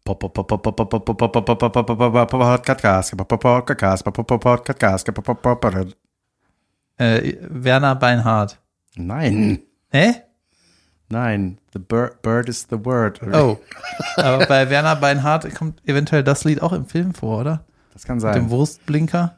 Werner Beinhardt. Nein. Hä? Nein, the bird is the word. Oh, aber bei Werner Beinhardt kommt eventuell das Lied auch im Film vor, oder? Das kann Mit sein. dem Wurstblinker.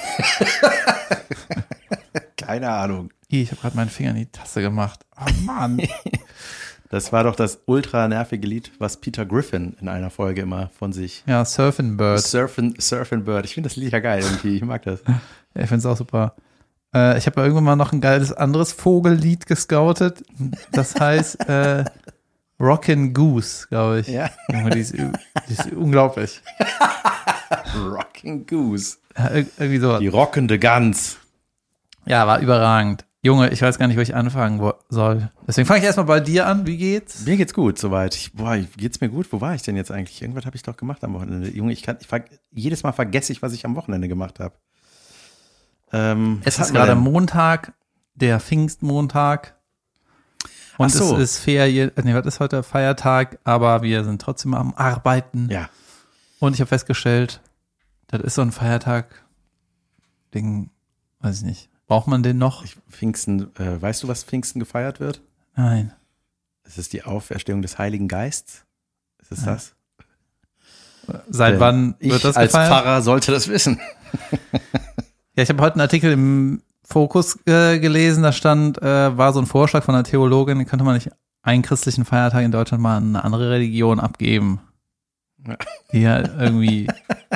Keine Ahnung. Ich habe gerade meinen Finger in die Tasse gemacht. Oh Mann. Das war doch das ultra nervige Lied, was Peter Griffin in einer Folge immer von sich. Ja, Surfin' Bird. Surfin' Bird. Ich finde das Lied ja geil irgendwie. Ich mag das. Ja, ich finde es auch super. Ich habe irgendwann mal noch ein geiles anderes Vogellied gescoutet. Das heißt Rockin' Goose, glaube ich. Ja. Junge, die ist unglaublich. Rockin' Goose. Ja, irgendwie sowas. Die rockende Gans. Ja, war überragend. Junge, ich weiß gar nicht, wo ich anfangen soll. Deswegen fange ich erstmal bei dir an. Wie geht's? Mir geht's gut, soweit. Geht's mir gut? Wo war ich denn jetzt eigentlich? Irgendwas habe ich doch gemacht am Wochenende. Junge, jedes Mal vergesse ich, was ich am Wochenende gemacht habe. Es ist gerade Montag, der Pfingstmontag. Und Ach so. es ist Ferien. Nee, was ist heute? Feiertag, aber wir sind trotzdem am Arbeiten. Ja. Und ich habe festgestellt, das ist so ein Feiertag-Ding, weiß ich nicht. Braucht man den noch? Pfingsten, weißt du, was Pfingsten gefeiert wird? Nein. Es ist die Auferstehung des Heiligen Geistes. Ist es das? Seit wann wird das als gefeiert? Pfarrer sollte das wissen. Ja, ich habe heute einen Artikel im Fokus gelesen, da stand, war so ein Vorschlag von einer Theologin, könnte man nicht einen christlichen Feiertag in Deutschland mal an eine andere Religion abgeben. Ja. Die halt irgendwie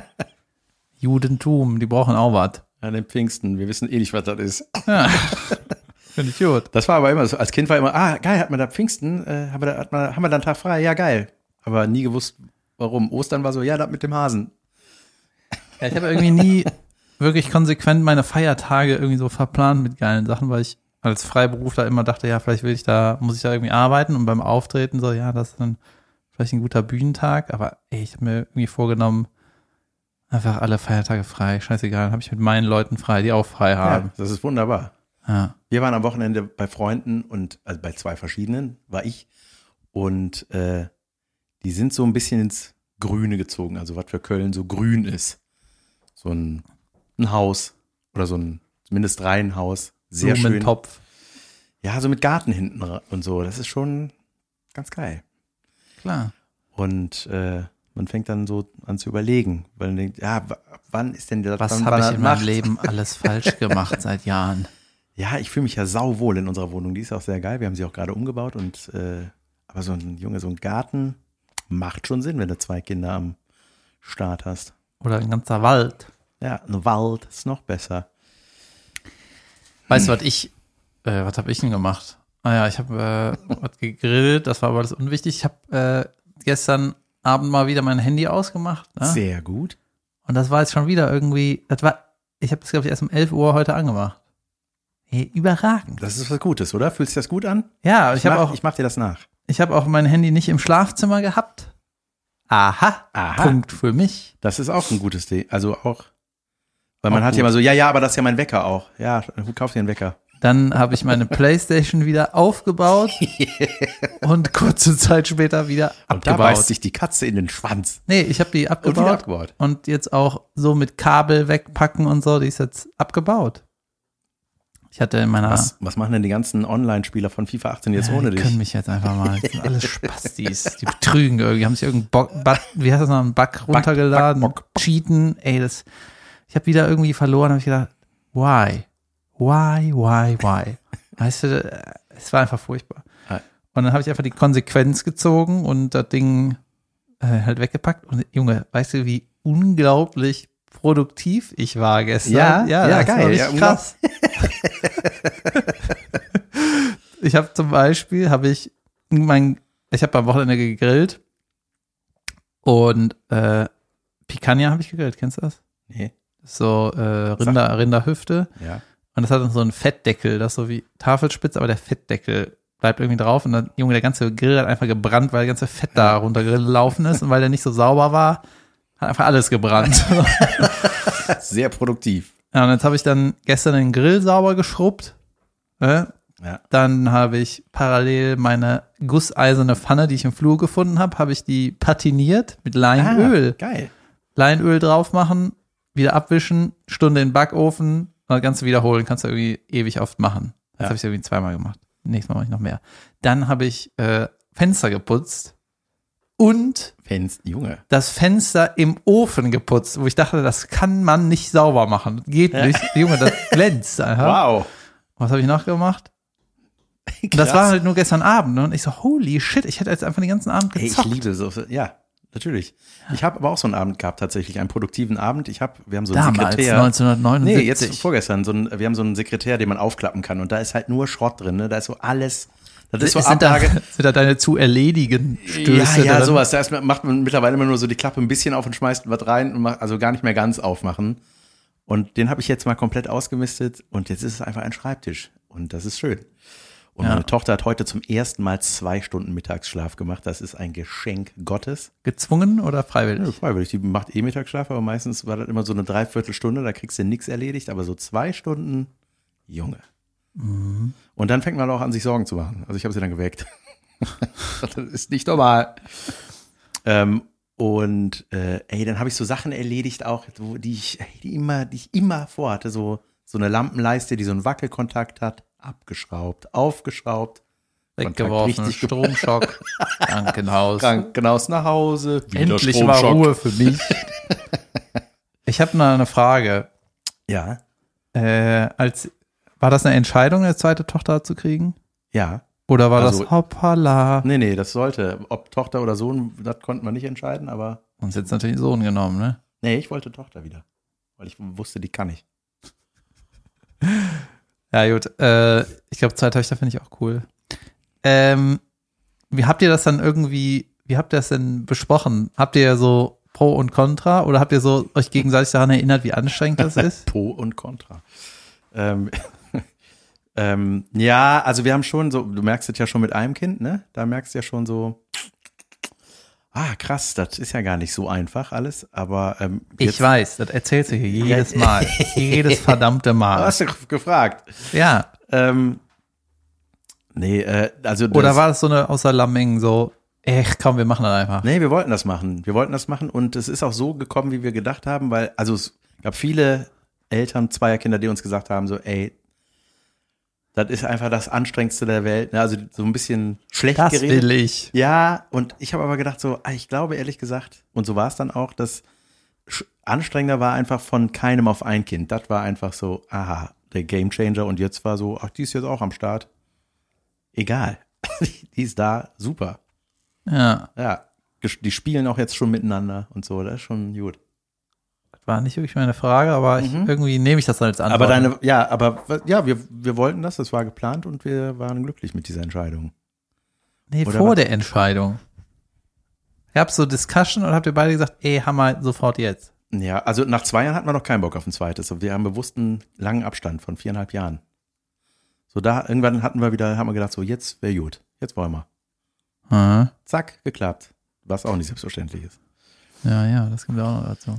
Judentum, die brauchen auch was. An den Pfingsten, wir wissen eh nicht, was das ist. Ja, finde ich gut. Das war aber immer so, als Kind war immer, geil, hat man da Pfingsten, haben wir da einen Tag frei, ja geil. Aber nie gewusst, warum. Ostern war so, ja, das mit dem Hasen. Ja, ich habe irgendwie nie wirklich konsequent meine Feiertage irgendwie so verplant mit geilen Sachen, weil ich als Freiberufler immer dachte, ja, vielleicht muss ich da irgendwie arbeiten und beim Auftreten so, ja, das ist dann vielleicht ein guter Bühnentag, aber ich habe mir irgendwie vorgenommen, einfach alle Feiertage frei, scheißegal, dann habe ich mit meinen Leuten frei, die auch frei haben. Ja, das ist wunderbar. Ja. Wir waren am Wochenende bei Freunden und also bei 2 verschiedenen war ich und die sind so ein bisschen ins Grüne gezogen, also was für Köln so grün ist. So ein Haus oder so ein zumindest Reihenhaus, sehr schön. Blumentopf. Ja, so mit Garten hinten und so, das ist schon ganz geil. Klar. Und man fängt dann so an zu überlegen, weil man denkt, ja, wann ist denn das? Was habe ich in meinem Leben alles falsch gemacht seit Jahren? Ja, ich fühle mich ja sauwohl in unserer Wohnung. Die ist auch sehr geil. Wir haben sie auch gerade umgebaut und aber so ein Garten macht schon Sinn, wenn du 2 Kinder am Start hast. Oder ein ganzer Wald. Ja, ein Wald ist noch besser. Weißt du, was habe ich denn gemacht? Ja, ich habe was gegrillt, das war aber das unwichtig. Ich habe gestern Abend mal wieder mein Handy ausgemacht. Ne? Sehr gut. Und das war jetzt schon wieder irgendwie, ich habe das, glaube ich, erst um 11 Uhr heute angemacht. Hey, überragend. Das ist was Gutes, oder? Fühlt sich das gut an? Ja, Ich mach dir das nach. Ich habe auch mein Handy nicht im Schlafzimmer gehabt. Aha. Punkt für mich. Das ist auch ein gutes Ding. Also auch, weil man Auch hat ja gut. immer so, ja, aber das ist ja mein Wecker auch. Ja, kauf dir einen Wecker. Dann habe ich meine Playstation wieder aufgebaut und kurze Zeit später wieder Und da abgebaut. beißt sich die Katze in den Schwanz. Nee, ich habe die Und wieder abgebaut abgebaut. und jetzt auch so mit Kabel wegpacken und so, die ist jetzt abgebaut. Ich hatte in meiner... Was machen denn die ganzen Online-Spieler von FIFA 18 jetzt ohne die dich? können mich jetzt einfach mal, das sind alles Spastis, die betrügen irgendwie, haben sich irgendeinen wie heißt das noch, einen Bug runtergeladen, Bock. cheaten, ey, ich habe wieder irgendwie verloren, habe ich gedacht, why? Weißt du, es war einfach furchtbar. Und dann habe ich einfach die Konsequenz gezogen und das Ding halt weggepackt und Junge, weißt du, wie unglaublich produktiv ich war gestern? Ja, das geil. war richtig krass. Ich habe zum Beispiel, ich habe am Wochenende gegrillt und Picanha habe ich gegrillt, kennst du das? Nee. So Rinderhüfte. Ja. Und das hat dann so einen Fettdeckel, das ist so wie Tafelspitze, aber der Fettdeckel bleibt irgendwie drauf und dann, Junge, der ganze Grill hat einfach gebrannt, weil der ganze Fett da runtergelaufen ist und weil der nicht so sauber war, hat einfach alles gebrannt. Sehr produktiv. Ja, und jetzt habe ich dann gestern den Grill sauber geschrubbt. Ja. Dann habe ich parallel meine gusseiserne Pfanne, die ich im Flur gefunden habe ich die patiniert mit Leinöl. Geil. Leinöl drauf machen, wieder abwischen, Stunde in den Backofen und das Ganze wiederholen. Kannst du irgendwie ewig oft machen. Das habe ich irgendwie 2-mal gemacht. Nächstes Mal mache ich noch mehr. Dann habe ich Fenster geputzt und Junge. das Fenster im Ofen geputzt, wo ich dachte, das kann man nicht sauber machen. Geht nicht. Junge, das glänzt einfach. Wow. Was habe ich noch gemacht? Und das war halt nur gestern Abend. Ne? Und ich so, holy shit, ich hätte jetzt einfach den ganzen Abend gezockt. Ich liebe so. Ja, natürlich. Ich habe aber auch so einen Abend gehabt, tatsächlich, einen produktiven Abend. Wir haben so einen Damals, Sekretär. 1979. Nee, jetzt vorgestern. Wir haben so einen Sekretär, den man aufklappen kann. Und da ist halt nur Schrott drin. Ne? Da ist so alles. Das ist so sind da deine zu erledigen Stöße? Ja, sowas. Da macht man mittlerweile immer nur so die Klappe ein bisschen auf und schmeißt was rein und also gar nicht mehr ganz aufmachen. Und den habe ich jetzt mal komplett ausgemistet und jetzt ist es einfach ein Schreibtisch. Und das ist schön. Und meine Tochter hat heute zum ersten Mal 2 Stunden Mittagsschlaf gemacht. Das ist ein Geschenk Gottes. Gezwungen oder freiwillig? Ja, freiwillig. Die macht Mittagsschlaf, aber meistens war das immer so eine Dreiviertelstunde. Da kriegst du nichts erledigt. Aber so 2 Stunden, Junge. Mhm. Und dann fängt man auch an, sich Sorgen zu machen. Also ich habe sie dann geweckt. Das ist nicht normal. Dann habe ich so Sachen erledigt auch, die ich immer vorhatte. So eine Lampenleiste, die so einen Wackelkontakt hat. Abgeschraubt, aufgeschraubt. Weggeworfen, Stromschock, Krankenhaus nach Hause. Endlich mal Ruhe für mich. Ich habe noch eine Frage. Ja. War das eine Entscheidung, eine zweite Tochter zu kriegen? Ja. Oder war das hoppala? Nee, das sollte. Ob Tochter oder Sohn, das konnte man nicht entscheiden, aber. Uns jetzt natürlich Sohn genommen, ne? Nee, ich wollte Tochter wieder. Weil ich wusste, die kann ich. Ja, gut. Ich glaube, 2 Töchter finde ich auch cool. Wie habt ihr das denn besprochen? Habt ihr so Pro und Contra oder habt ihr so euch gegenseitig daran erinnert, wie anstrengend das ist? Pro und Contra. Ja, also wir haben schon so, du merkst es ja schon mit einem Kind, ne? Da merkst du ja schon so, krass, das ist ja gar nicht so einfach alles, aber ich weiß, das erzählst du hier jedes Mal. Jedes verdammte Mal. Du hast ja gefragt. Ja. Also oder war das so eine außer Lameng so, komm, wir machen das einfach. Nee, wir wollten das machen. Und es ist auch so gekommen, wie wir gedacht haben, weil, also es gab viele Eltern zweier Kinder, die uns gesagt haben, so, das ist einfach das Anstrengendste der Welt. Also so ein bisschen schlecht geredet. Das will ich. Ja, und ich habe aber gedacht so, ich glaube ehrlich gesagt, und so war es dann auch, dass anstrengender war einfach von keinem auf ein Kind. Das war einfach so, der Gamechanger. Und jetzt war so, die ist jetzt auch am Start. Egal. Die ist da, super. Ja. Ja, die spielen auch jetzt schon miteinander und so, das ist schon gut. War nicht wirklich meine Frage, aber irgendwie nehme ich das dann als Antwort. Wir wollten das war geplant und wir waren glücklich mit dieser Entscheidung. Nee, oder vor der Entscheidung. Ihr habt so Discussion und habt ihr beide gesagt, Hammer, sofort jetzt. Ja, also nach 2 Jahren hatten wir noch keinen Bock auf ein zweites. Wir haben bewusst einen langen Abstand von 4,5 Jahren. So da, irgendwann haben wir gedacht, so jetzt wäre gut, jetzt wollen wir. Mhm. Zack, geklappt. Was auch nicht selbstverständlich ist. Ja, das kommt ja auch noch dazu.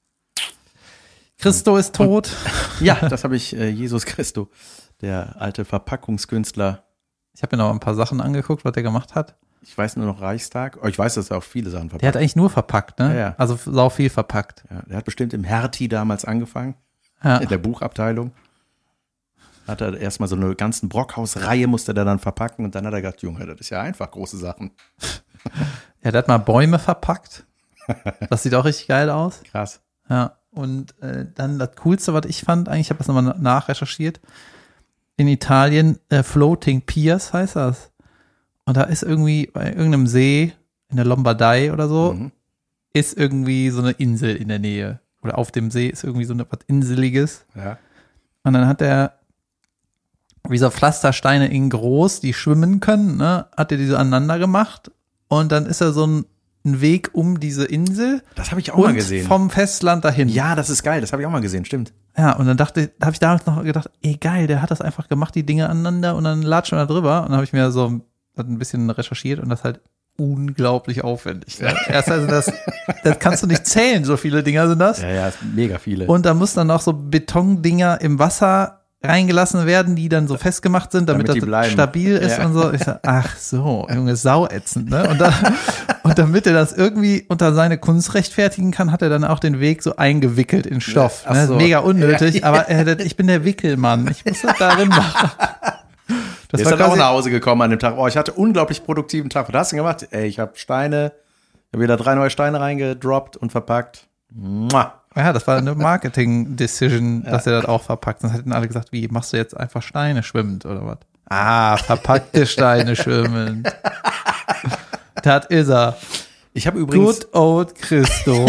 Christo ist tot. Ja, das habe ich, Jesus Christo, der alte Verpackungskünstler. Ich habe mir noch ein paar Sachen angeguckt, was der gemacht hat. Ich weiß nur noch Reichstag. Ich weiß, dass er auch viele Sachen verpackt. Der hat eigentlich nur verpackt, ne? Ja. Also sau viel verpackt. Ja, der hat bestimmt im Hertie damals angefangen, in der Buchabteilung. Hat er erstmal so eine ganzen Brockhaus-Reihe musste der dann verpacken und dann hat er gedacht, Junge, das ist ja einfach große Sachen. Ja, der hat mal Bäume verpackt. Das sieht auch richtig geil aus. Krass. Ja, und dann das Coolste, was ich fand, eigentlich, ich habe das nochmal nachrecherchiert, in Italien Floating Piers heißt das. Und da ist irgendwie bei irgendeinem See in der Lombardei oder so, ist irgendwie so eine Insel in der Nähe. Oder auf dem See ist irgendwie so was Inseliges. Ja. Und dann hat er wie so Pflastersteine in groß, die schwimmen können, ne, hat er die so aneinander gemacht. Und dann ist er so ein Weg um diese Insel. Das habe ich auch mal gesehen. Vom Festland dahin. Ja, das ist geil. Das habe ich auch mal gesehen, stimmt. Ja, und dann habe ich damals noch gedacht, geil, der hat das einfach gemacht, die Dinge aneinander und dann latschen wir da drüber. Und dann habe ich mir so ein bisschen recherchiert und das halt unglaublich aufwendig. Ja. Also das kannst du nicht zählen, so viele Dinger sind das. Ja, mega viele. Und da muss dann auch so Betondinger im Wasser reingelassen werden, die dann so festgemacht sind, damit Damit die das bleiben. stabil ist und so. Ich sag, ach so, Junge, sauätzend, ne? Und damit er das irgendwie unter seine Kunst rechtfertigen kann, hat er dann auch den Weg so eingewickelt in Stoff. Ach Ne? so. Mega unnötig, aber ich bin der Wickelmann. Ich muss das darin machen. Das Der ist dann auch nach Hause gekommen an dem Tag. Oh, ich hatte unglaublich produktiven Tag. Was hast du denn gemacht? Ey, ich habe wieder 3 neue Steine reingedroppt und verpackt. Mua. Ja, das war eine Marketing-Decision, dass er das auch verpackt. Sonst hätten alle gesagt, wie, machst du jetzt einfach Steine schwimmend oder was? Ah, verpackte Steine schwimmend. Das ist er. Ich habe übrigens, Good old Christo.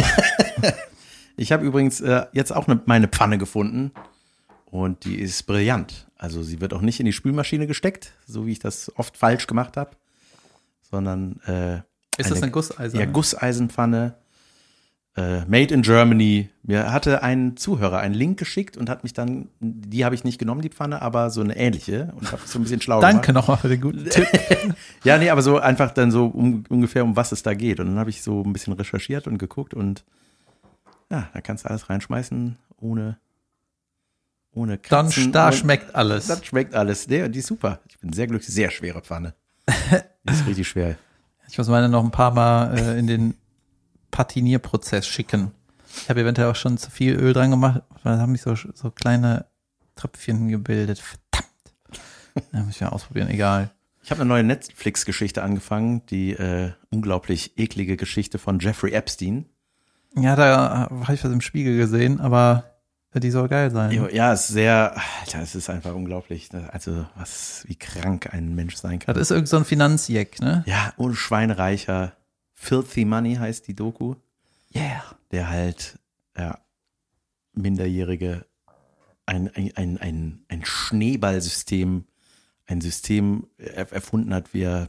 jetzt auch meine Pfanne gefunden und die ist brillant. Also sie wird auch nicht in die Spülmaschine gesteckt, so wie ich das oft falsch gemacht habe, sondern Ist das eine Gusseisen? Ja, Gusseisenpfanne. Made in Germany. Mir hatte ein Zuhörer einen Link geschickt und hat mich dann, die habe ich nicht genommen, die Pfanne, aber so eine ähnliche und habe so ein bisschen schlau Danke gemacht. nochmal für den guten Tipp. Ja, nee, aber so einfach dann so ungefähr, um was es da geht. Und dann habe ich so ein bisschen recherchiert und geguckt und ja, da kannst du alles reinschmeißen, ohne Kratzen. Da schmeckt alles. Das schmeckt alles. Die ist super. Ich bin sehr glücklich. Sehr schwere Pfanne. Die ist richtig schwer. Ich muss meine noch ein paar Mal in den Patinierprozess schicken. Ich habe eventuell auch schon zu viel Öl dran gemacht, weil da haben sich so kleine Tröpfchen gebildet. Verdammt. Ja, muss ich mal ausprobieren, egal. Ich habe eine neue Netflix-Geschichte angefangen, die unglaublich eklige Geschichte von Jeffrey Epstein. Ja, da habe ich was im Spiegel gesehen, aber die soll geil sein. Ja, es ist sehr, Alter, es ist einfach unglaublich. Also, wie krank ein Mensch sein kann. Das ist irgend so ein Finanzjeck, ne? Ja, und schweinreicher. Filthy Money heißt die Doku. Yeah. Der halt, ja, Minderjährige, ein Schneeballsystem, ein System erfunden hat, wie er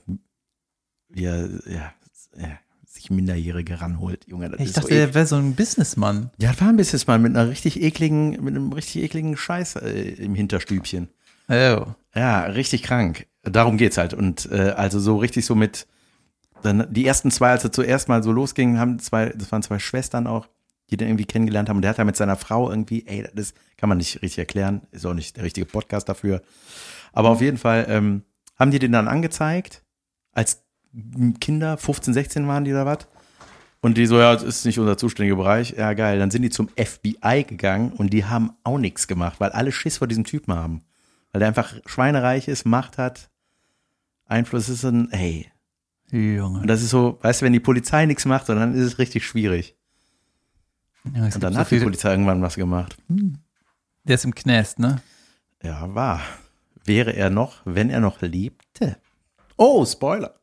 sich Minderjährige ranholt. Junge, das Ich ist dachte, so der wäre so ein Businessmann. Ja, das war ein Businessmann mit einem richtig ekligen Scheiß im Hinterstübchen. Oh. Ja, richtig krank. Darum geht's halt. Und also so richtig so mit dann die ersten 2, als er zuerst mal so losging, das waren 2 Schwestern auch, die den irgendwie kennengelernt haben. Und der hat da mit seiner Frau irgendwie, das kann man nicht richtig erklären, ist auch nicht der richtige Podcast dafür. Aber auf jeden Fall haben die den dann angezeigt, als Kinder, 15, 16 waren die oder was. Und die so, ja, das ist nicht unser zuständiger Bereich. Ja, geil. Dann sind die zum FBI gegangen und die haben auch nichts gemacht, weil alle Schiss vor diesem Typen haben. Weil der einfach schweinereich ist, Macht hat, Einfluss ist und hey. Junge. Und das ist so, weißt du, wenn die Polizei nichts macht, dann ist es richtig schwierig. Ja, Und dann hat die Polizei irgendwann was gemacht. Der ist im Knast, ne? Ja, war. Wäre er noch, wenn er noch lebte. Oh, Spoiler.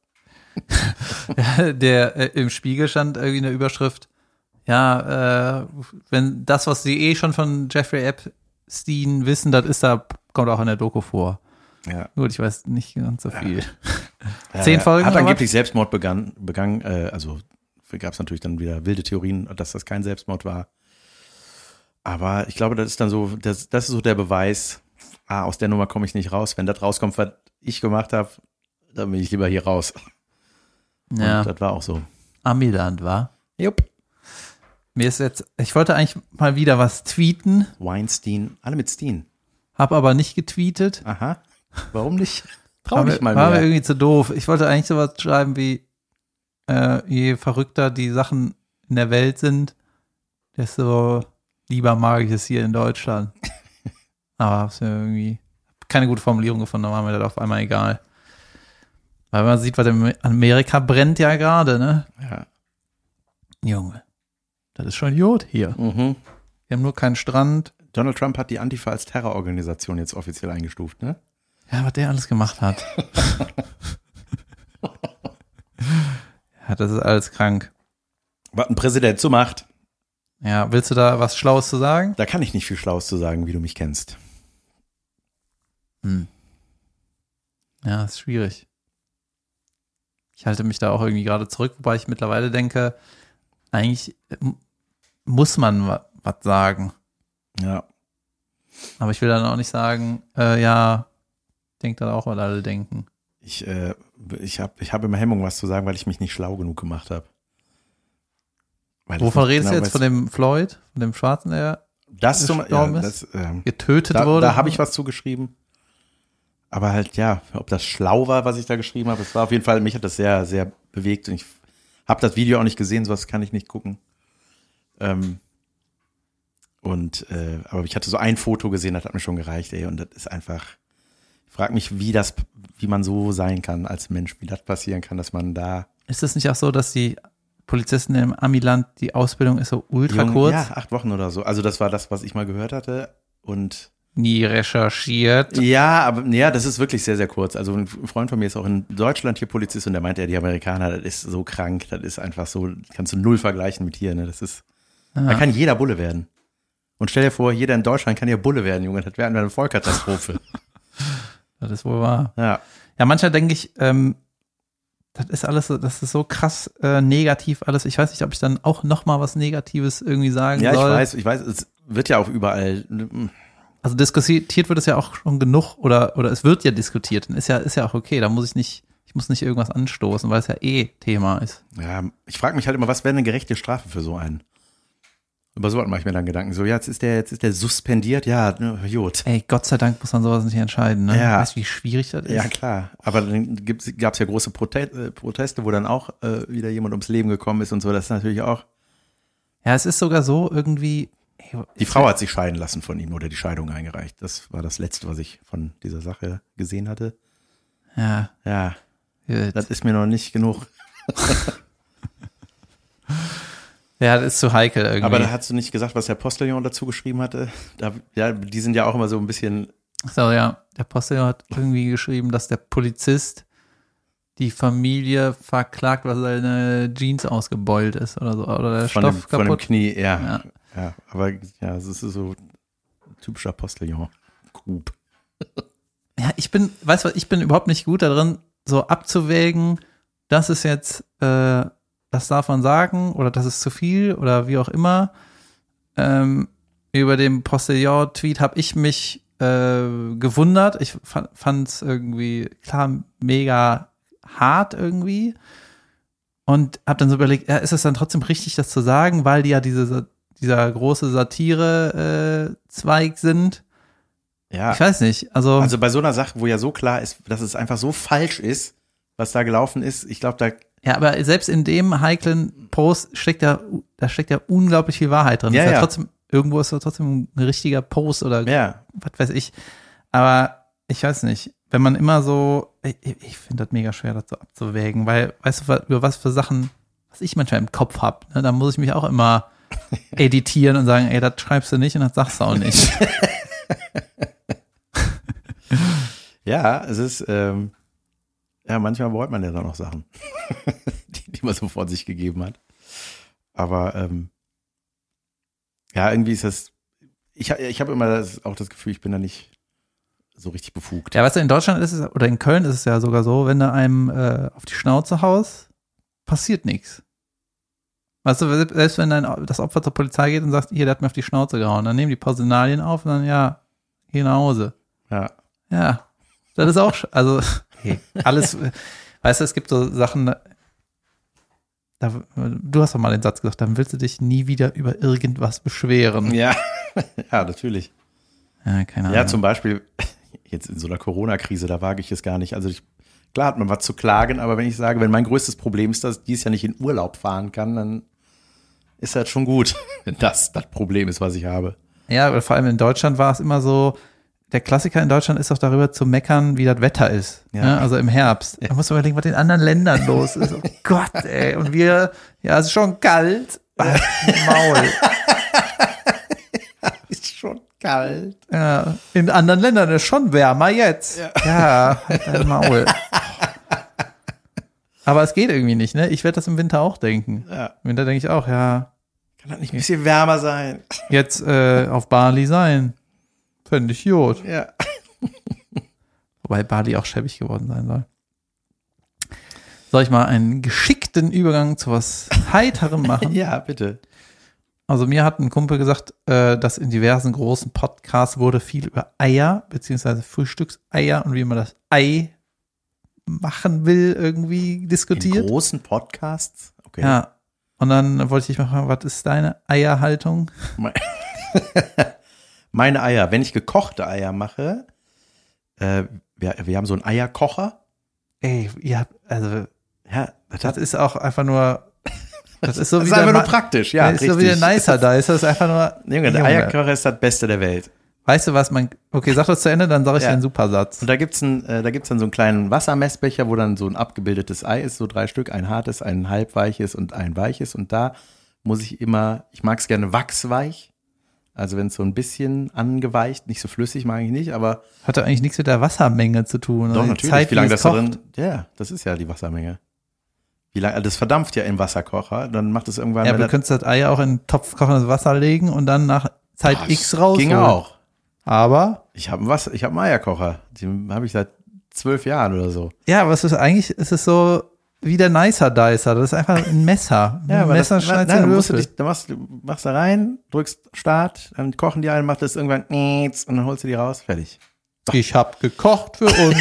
Der im Spiegel stand irgendwie eine Überschrift, ja, wenn das, was sie schon von Jeffrey Epstein wissen, das ist kommt auch in der Doku vor. Ja. Gut, ich weiß nicht ganz so viel. Ja. 10 Folgen. Hat oder angeblich Selbstmord begangen, also gab es natürlich dann wieder wilde Theorien, dass das kein Selbstmord war. Aber ich glaube, das ist dann so, das ist so der Beweis, aus der Nummer komme ich nicht raus. Wenn das rauskommt, was ich gemacht habe, dann bin ich lieber hier raus. Ja. Und das war auch so. Amiland war. Jupp. Mir ist jetzt, ich wollte eigentlich mal wieder was tweeten, Weinstein, alle mit Steen. habe aber nicht getweetet. Aha. Warum nicht? Trau War dich mir mal mehr. irgendwie zu doof. Ich wollte eigentlich sowas schreiben wie, je verrückter die Sachen in der Welt sind, desto lieber mag ich es hier in Deutschland. Aber hab's mir irgendwie keine gute Formulierung gefunden, dann war mir das auf einmal egal. Weil man sieht, was in Amerika brennt ja gerade, ne? Ja. Junge, das ist schon Jod hier. Mhm. Wir haben nur keinen Strand. Donald Trump hat die Antifa als Terrororganisation jetzt offiziell eingestuft, ne? Ja, was der alles gemacht hat. Ja, das ist alles krank. Was ein Präsident so macht. Ja, willst du da was Schlaues zu sagen? Da kann ich nicht viel Schlaues zu sagen, wie du mich kennst. Ja, ist schwierig. Ich halte mich da auch irgendwie gerade zurück, wobei ich mittlerweile denke, eigentlich muss man was sagen. Ja. Aber ich will dann auch nicht sagen, ja, denkt dann auch, was alle denken. Ich habe immer Hemmung, was zu sagen, weil ich mich nicht schlau genug gemacht habe. Wovon redest du jetzt? Von dem Floyd? Von dem Schwarzen? Das gestorben ist, getötet wurde. Da habe ich was zugeschrieben. Aber halt, ja, ob das schlau war, was ich da geschrieben habe, es war auf jeden Fall, mich hat das sehr, sehr bewegt. Und ich habe das Video auch nicht gesehen, sowas kann ich nicht gucken. Aber ich hatte so ein Foto gesehen, das hat mir schon gereicht, ey. Und das ist einfach, ich frage mich, wie man so sein kann als Mensch, wie das passieren kann, dass man da. Ist es nicht auch so, dass die Polizisten im Amiland, die Ausbildung ist so ultra kurz? Ja, 8 Wochen oder so. Also das war das, was ich mal gehört hatte. Und nie recherchiert. Ja, aber ja, das ist wirklich sehr, sehr kurz. Also ein Freund von mir ist auch in Deutschland hier Polizist und der meinte, ja, die Amerikaner, das ist so krank, das ist einfach so, kannst du null vergleichen mit hier, ne? Das ist, da kann jeder Bulle werden. Und stell dir vor, jeder in Deutschland kann ja Bulle werden, Junge, das wäre eine Vollkatastrophe. Das ist wohl wahr. Ja, manchmal denke ich, das ist alles so, das ist so krass negativ alles. Ich weiß nicht, ob ich dann auch noch mal was Negatives irgendwie sagen soll. Ja, ich weiß, es wird ja auch überall. Also diskutiert wird es ja auch schon genug oder es wird ja diskutiert. Dann ist ja auch okay. Da muss ich muss nicht irgendwas anstoßen, weil es ja Thema ist. Ja, ich frage mich halt immer, was wäre eine gerechte Strafe für so einen? Über sowas mache ich mir dann Gedanken. So, ja, jetzt ist der suspendiert, ja, gut. Ey, Gott sei Dank muss man sowas nicht entscheiden, ne? Ja. Weißt du, wie schwierig das ist? Ja, klar. Aber dann gab es ja große Proteste, wo dann auch wieder jemand ums Leben gekommen ist und so. Das ist natürlich auch. Ja, es ist sogar so irgendwie. Die Frau hat sich scheiden lassen von ihm oder die Scheidung eingereicht. Das war das Letzte, was ich von dieser Sache gesehen hatte. Ja. Ja. Gut. Das ist mir noch nicht genug. Ja, das ist zu heikel irgendwie. Aber da hast du nicht gesagt, was der Postillon dazu geschrieben hatte? Die sind ja auch immer so ein bisschen. So, ja. Der Postillon hat irgendwie geschrieben, dass der Polizist die Familie verklagt, weil seine Jeans ausgebeult ist oder so. Oder der Stoff kaputt. Von dem Knie, ja. Aber ja, es ist so ein typischer Postillon-Coup. Ja, ich bin überhaupt nicht gut darin, so abzuwägen, das ist jetzt, das darf man sagen oder das ist zu viel oder wie auch immer. Über den Postillon-Tweet habe ich mich gewundert. Ich fand es irgendwie, klar, mega hart irgendwie und habe dann so überlegt, ja, ist es dann trotzdem richtig, das zu sagen, weil die ja dieser große Satire-Zweig sind. Ja. Ich weiß nicht. Also bei so einer Sache, wo ja so klar ist, dass es einfach so falsch ist, was da gelaufen ist, ich glaube, da. Ja, aber selbst in dem heiklen Post steckt ja unglaublich viel Wahrheit drin. Ja, ist ja trotzdem, irgendwo ist es trotzdem ein richtiger Post oder was weiß ich. Aber ich weiß nicht, wenn man immer so, ich finde das mega schwer, das so abzuwägen, weil, weißt du, über was für Sachen, was ich manchmal im Kopf habe, ne, da muss ich mich auch immer editieren und sagen, ey, das schreibst du nicht und das sagst du auch nicht. Ja, es ist, manchmal bereut man ja dann auch Sachen, die man so von sich gegeben hat. Aber irgendwie ist das, ich habe immer auch das Gefühl, ich bin da nicht so richtig befugt. Ja, weißt du, in Deutschland ist es, oder in Köln ist es ja sogar so, wenn du einem auf die Schnauze haust, passiert nichts. Weißt du, selbst wenn das Opfer zur Polizei geht und sagt, hier, der hat mir auf die Schnauze gehauen, dann nehmen die Personalien auf und dann, ja, geh nach Hause. Ja, das ist auch, also, hey, alles, weißt du, es gibt so Sachen, du hast doch mal den Satz gesagt, dann willst du dich nie wieder über irgendwas beschweren. Ja, ja, natürlich. Ja, keine Ahnung. Ja, zum Beispiel, jetzt in so einer Corona-Krise, da wage ich es gar nicht. Also klar hat man was zu klagen, aber wenn ich sage, wenn mein größtes Problem ist, dass ich dieses Jahr nicht in Urlaub fahren kann, dann ist das schon gut, wenn das Problem ist, was ich habe. Ja, aber vor allem in Deutschland war es immer so, der Klassiker in Deutschland ist doch darüber zu meckern, wie das Wetter ist. Ja. Ne? Also im Herbst. Da muss man überlegen, was in anderen Ländern los ist. Oh Gott, ey. Und wir, ja, es ist schon kalt. Maul. Ist schon kalt. Ja, in anderen Ländern ist schon wärmer jetzt. Ja, halt dein Maul. Aber es geht irgendwie nicht, ne? Ich werde das im Winter auch denken. Ja. Im Winter denke ich auch, ja. Kann das nicht ein bisschen wärmer sein? Jetzt auf Bali sein. Fände ich gut. Ja. Wobei Bali auch schäbig geworden sein soll. Soll ich mal einen geschickten Übergang zu was Heiterem machen? Ja, bitte. Also mir hat ein Kumpel gesagt, dass in diversen großen Podcasts wurde viel über Eier, beziehungsweise Frühstückseier und wie man das Ei machen will, irgendwie diskutiert. In großen Podcasts? Okay. Ja. Und dann wollte ich mal fragen, was ist deine Eierhaltung? Meine Eier, wenn ich gekochte Eier mache, wir haben so einen Eierkocher. Ey, ja, also, Ja, das ist auch einfach nur, das ist so das wie ist einfach der nur praktisch, ja, das ist so wie der Nicer Dice, das ist einfach nur, Junge, der Eierkocher ist das Beste der Welt. Weißt du was, okay, sag das zu Ende, dann sage ich dir einen super Satz. Und da gibt's dann so einen kleinen Wassermessbecher, wo dann so ein abgebildetes Ei ist, so 3 Stück, ein hartes, ein halbweiches und ein weiches. Und da muss ich mag es gerne wachsweich. Also wenn es so ein bisschen angeweicht, nicht so flüssig, mag ich nicht, aber. Hat doch eigentlich nichts mit der Wassermenge zu tun. Doch, natürlich, Zeit, wie lange es das kocht. drin, ja, das ist ja die Wassermenge. Wie lange, das verdampft ja im Wasserkocher, dann macht es irgendwann. Ja, aber du könntest das Ei auch in einen Topf kochendes Wasser legen und dann nach Zeit X rausholen. Ging auch. Aber? Ich habe einen Eierkocher. Den habe ich seit 12 Jahren oder so. Ja, aber es ist so wie der Nicer Dicer. Das ist einfach ein Messer. Ja, ein Messer schneidest dann du musst du Würfel. machst da rein, drückst Start, dann kochen die ein, macht das irgendwann und dann holst du die raus, fertig. Ich habe gekocht für uns.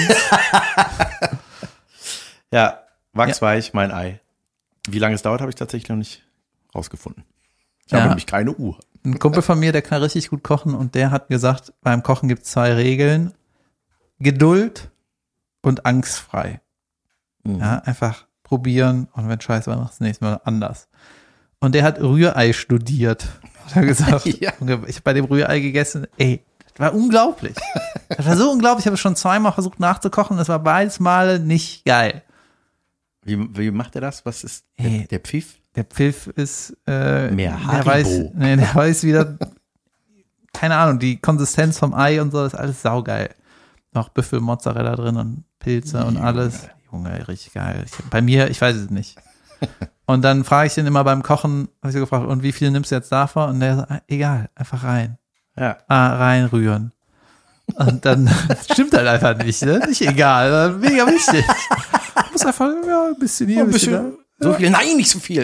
Ja, wachsweich, mein Ei. Wie lange es dauert, habe ich tatsächlich noch nicht rausgefunden. Ich habe nämlich keine Uhr. Ein Kumpel von mir, der kann richtig gut kochen und der hat gesagt, beim Kochen gibt es 2 Regeln. Geduld und angstfrei. Ja, einfach probieren und wenn scheiße war, machst du das nächste Mal anders. Und der hat Rührei studiert. Hat er gesagt. Ja. Ich habe bei dem Rührei gegessen. Ey, das war unglaublich. Das war so unglaublich. Ich habe es schon 2-mal versucht nachzukochen. Das war beides Male nicht geil. Wie macht er das? Was ist der Pfiff? Der Pfiff ist Mehr der weiß wieder, keine Ahnung, die Konsistenz vom Ei und so ist alles saugeil. Noch Büffelmozzarella drin und Pilze und alles. Junge, richtig geil. Bei mir, ich weiß es nicht. Und dann frage ich den immer beim Kochen, habe ich so gefragt, und wie viel nimmst du jetzt davon? Und der sagt, egal, einfach rein. Ja. Reinrühren. Und dann stimmt halt einfach nicht, ne? Nicht egal, mega wichtig. Du musst einfach ein bisschen hier, ein bisschen da. So viel? Nein, nicht so viel.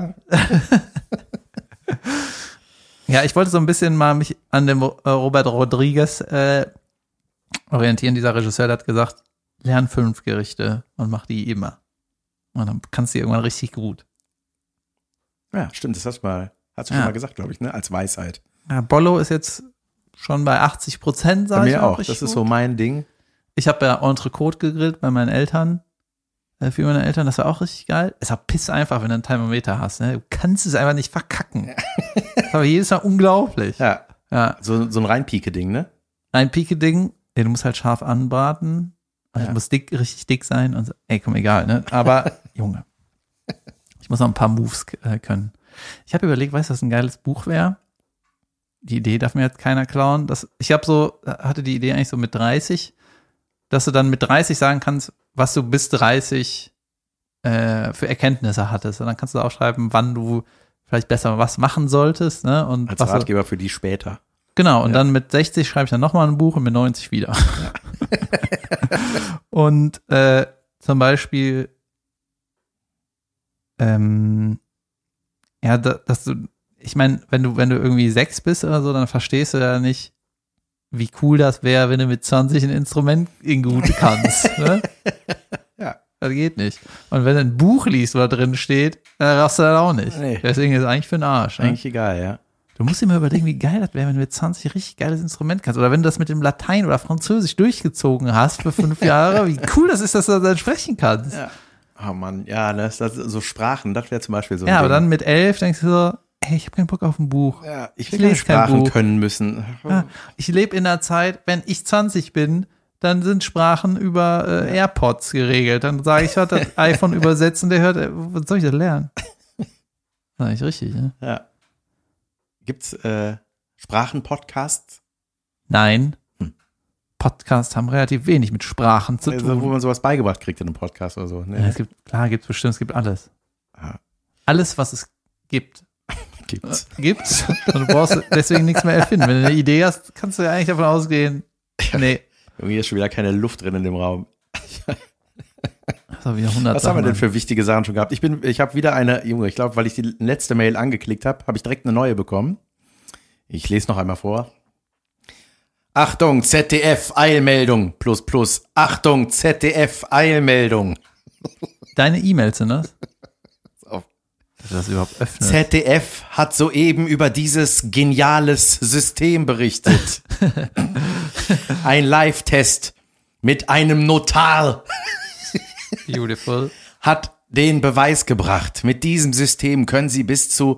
Ja, ich wollte so ein bisschen mal mich an dem Robert Rodriguez orientieren. Dieser Regisseur, der hat gesagt, lern 5 Gerichte und mach die immer. Und dann kannst du die irgendwann richtig gut. Ja, stimmt, das hast du schon mal gesagt, glaube ich, ne? Als Weisheit. Ja, Bollo ist jetzt schon bei 80%, Bei sag ich mir auch. Das richtig ist so mein Ding. Ich habe ja Entrecote gegrillt bei meinen Eltern. Für meine Eltern, das war auch richtig geil. Ist auch piss einfach, wenn du einen Thermometer hast. Ne? Du kannst es einfach nicht verkacken. Das ist aber jedes Mal unglaublich. Ja. Ja. So ein Reinpieke-Ding, ne? Ein Pike-Ding, du musst halt scharf anbraten. Also muss richtig dick sein. Und so. Ey, komm, egal, ne? Aber, Junge, ich muss noch ein paar Moves können. Ich habe überlegt, weißt du, was ein geiles Buch wäre? Die Idee darf mir jetzt keiner klauen. Hatte die Idee eigentlich so mit 30, dass du dann mit 30 sagen kannst, was du bis 30 für Erkenntnisse hattest. Und dann kannst du auch schreiben, wann du vielleicht besser was machen solltest. Ne? Und als Ratgeber für die später. Genau, und dann mit 60 schreibe ich dann nochmal ein Buch und mit 90 wieder. Ja. Und zum Beispiel dass du, ich meine, wenn du irgendwie 6 bist oder so, dann verstehst du ja nicht, wie cool das wäre, wenn du mit 20 ein Instrument in gut kannst. Ne? Ja. Das geht nicht. Und wenn du ein Buch liest, wo da drin steht, dann raffst du das auch nicht. Nee. Deswegen ist es eigentlich für den Arsch. Ne? Eigentlich egal, ja. Du musst dir mal überlegen, wie geil das wäre, wenn du mit 20 richtig geiles Instrument kannst. Oder wenn du das mit dem Latein oder Französisch durchgezogen hast für 5 Jahre. Wie cool das ist, dass du dann sprechen kannst. Ja. Oh Mann, ja, das so Sprachen, das wäre zum Beispiel so ein Ja, aber Ding. dann mit 11 denkst du so, hey, ich habe keinen Bock auf ein Buch. Ja, ich Ich will lese keine kein Sprachen Buch. können müssen. Ja, ich lebe in einer Zeit, wenn ich 20 bin, dann sind Sprachen über AirPods geregelt. Dann sage ich, das iPhone übersetzen, der hört, was soll ich das lernen? Das ist eigentlich richtig, ne? Ja. Gibt's Sprachen-Podcasts? Nein. Podcasts haben relativ wenig mit Sprachen zu Also, tun. wo man sowas beigebracht kriegt in einem Podcast oder so. Ne? Ja, gibt's bestimmt, es gibt alles. Ja. Alles, was es gibt. Gibt's. Und du brauchst deswegen nichts mehr erfinden. Wenn du eine Idee hast, kannst du ja eigentlich davon ausgehen, nee. Irgendwie ist schon wieder keine Luft drin in dem Raum. Das war wieder 100 Was haben wir denn für wichtige Sachen schon gehabt? Ich habe wieder eine, Junge, ich glaube, weil ich die letzte Mail angeklickt habe, habe ich direkt eine neue bekommen. Ich lese noch einmal vor. Achtung, ZDF, Eilmeldung, ++. Achtung, ZDF, Eilmeldung. Deine E-Mails sind das? dass er das überhaupt öffnet. ZDF hat soeben über dieses geniales System berichtet. Ein Live-Test mit einem Notar Beautiful. hat den Beweis gebracht. Mit diesem System können Sie bis zu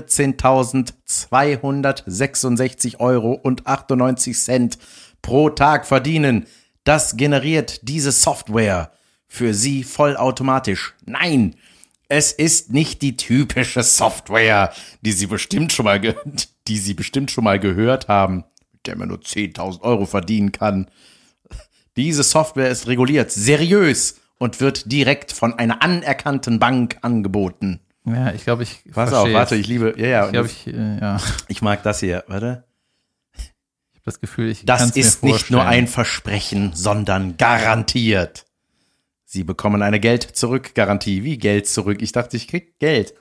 14.266,98 € pro Tag verdienen. Das generiert diese Software für Sie vollautomatisch. Nein, es ist nicht die typische Software, die Sie bestimmt schon mal gehört haben, mit der man nur 10.000 € verdienen kann. Diese Software ist reguliert, seriös und wird direkt von einer anerkannten Bank angeboten. Ja, ich glaube, ich Pass auf, warte, ich liebe, ich mag das hier, warte. Ich habe das Gefühl, ich Das kann's mir ist nicht vorstellen. nur ein Versprechen, sondern garantiert. Sie bekommen eine Geld-Zurück-Garantie. Wie Geld zurück? Ich dachte, ich krieg Geld.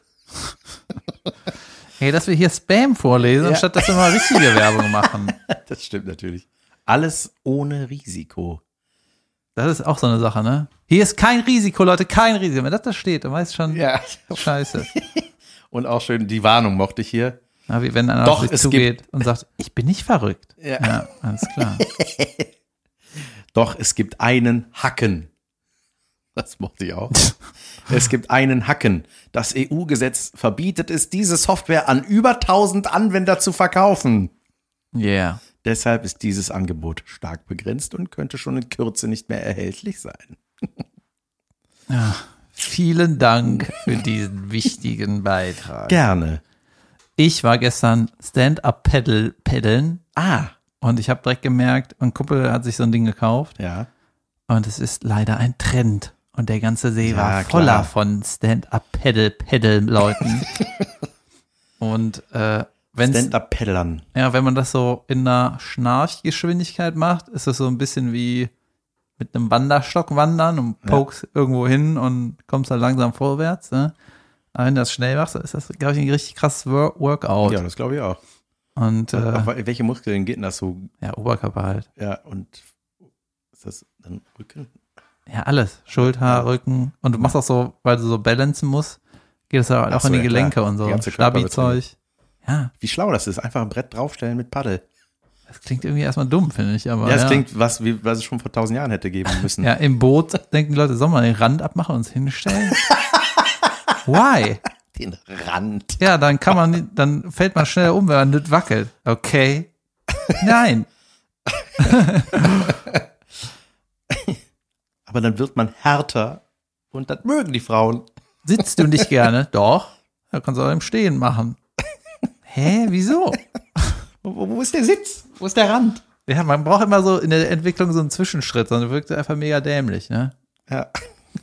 Hey, dass wir hier Spam vorlesen, Ja. anstatt dass wir mal richtige Werbung machen. Das stimmt natürlich. Alles ohne Risiko. Das ist auch so eine Sache, ne? Hier ist kein Risiko, Leute, kein Risiko. Wenn das da steht, dann weißt du schon, Ja. scheiße. Und auch schön, die Warnung mochte ich hier. Na, wie wenn einer Doch, auf dich es zugeht und sagt, ich bin nicht verrückt. Ja. Ja, alles klar. Doch, es gibt einen Hacken. Das mochte ich auch. Es gibt einen Hacken. Das EU-Gesetz verbietet es, diese Software an über 1000 Anwender zu verkaufen. Yeah. Deshalb ist dieses Angebot stark begrenzt und könnte schon in Kürze nicht mehr erhältlich sein. Ja, vielen Dank für diesen wichtigen Beitrag. Gerne. Ich war gestern Stand-Up-Paddeln und ich habe direkt gemerkt, ein Kumpel hat sich so ein Ding gekauft Ja. und es ist leider ein Trend. Und der ganze See Ja, war klar. voller von Stand-Up-Paddle-Leuten. Und wenn Stand-Up-Paddlern. man das so in einer Schnarchgeschwindigkeit macht, ist das so ein bisschen wie mit einem Wanderstock wandern und pokst irgendwo hin und kommst dann langsam vorwärts. Ne? Aber wenn du das schnell machst, dann ist das, glaube ich, ein richtig krasses Workout. Ja, das glaube ich auch. Und Aber welche Muskeln geht denn das so? ja, Oberkörper halt. Ja, und ist das dann Rücken? Ja, alles. Schulter, Rücken. Und du machst auch so, weil du so balancen musst, geht es ja auch Ach so, in die ja, Gelenke klar. und so. Die ganze Körper wird Stabi-Zeug. Ja, Wie schlau das ist. Einfach ein Brett draufstellen mit Paddel. das klingt irgendwie erstmal dumm, finde ich. Aber Ja, das klingt, was es schon vor 1000 Jahren hätte geben müssen. Ja, im Boot denken die Leute, sollen wir den Rand abmachen und uns hinstellen? Why? Den Rand. Ja, dann dann fällt man schnell um, wenn man nicht wackelt. Okay. Nein. Aber dann wird man härter und das mögen die Frauen. Sitzt du nicht gerne? Doch. Da kannst du auch im Stehen machen. Hä? Wieso? Wo ist der Sitz? Wo ist der Rand? Ja, man braucht immer so in der Entwicklung so einen Zwischenschritt, sonst wirkt es einfach mega dämlich, ne? Ja.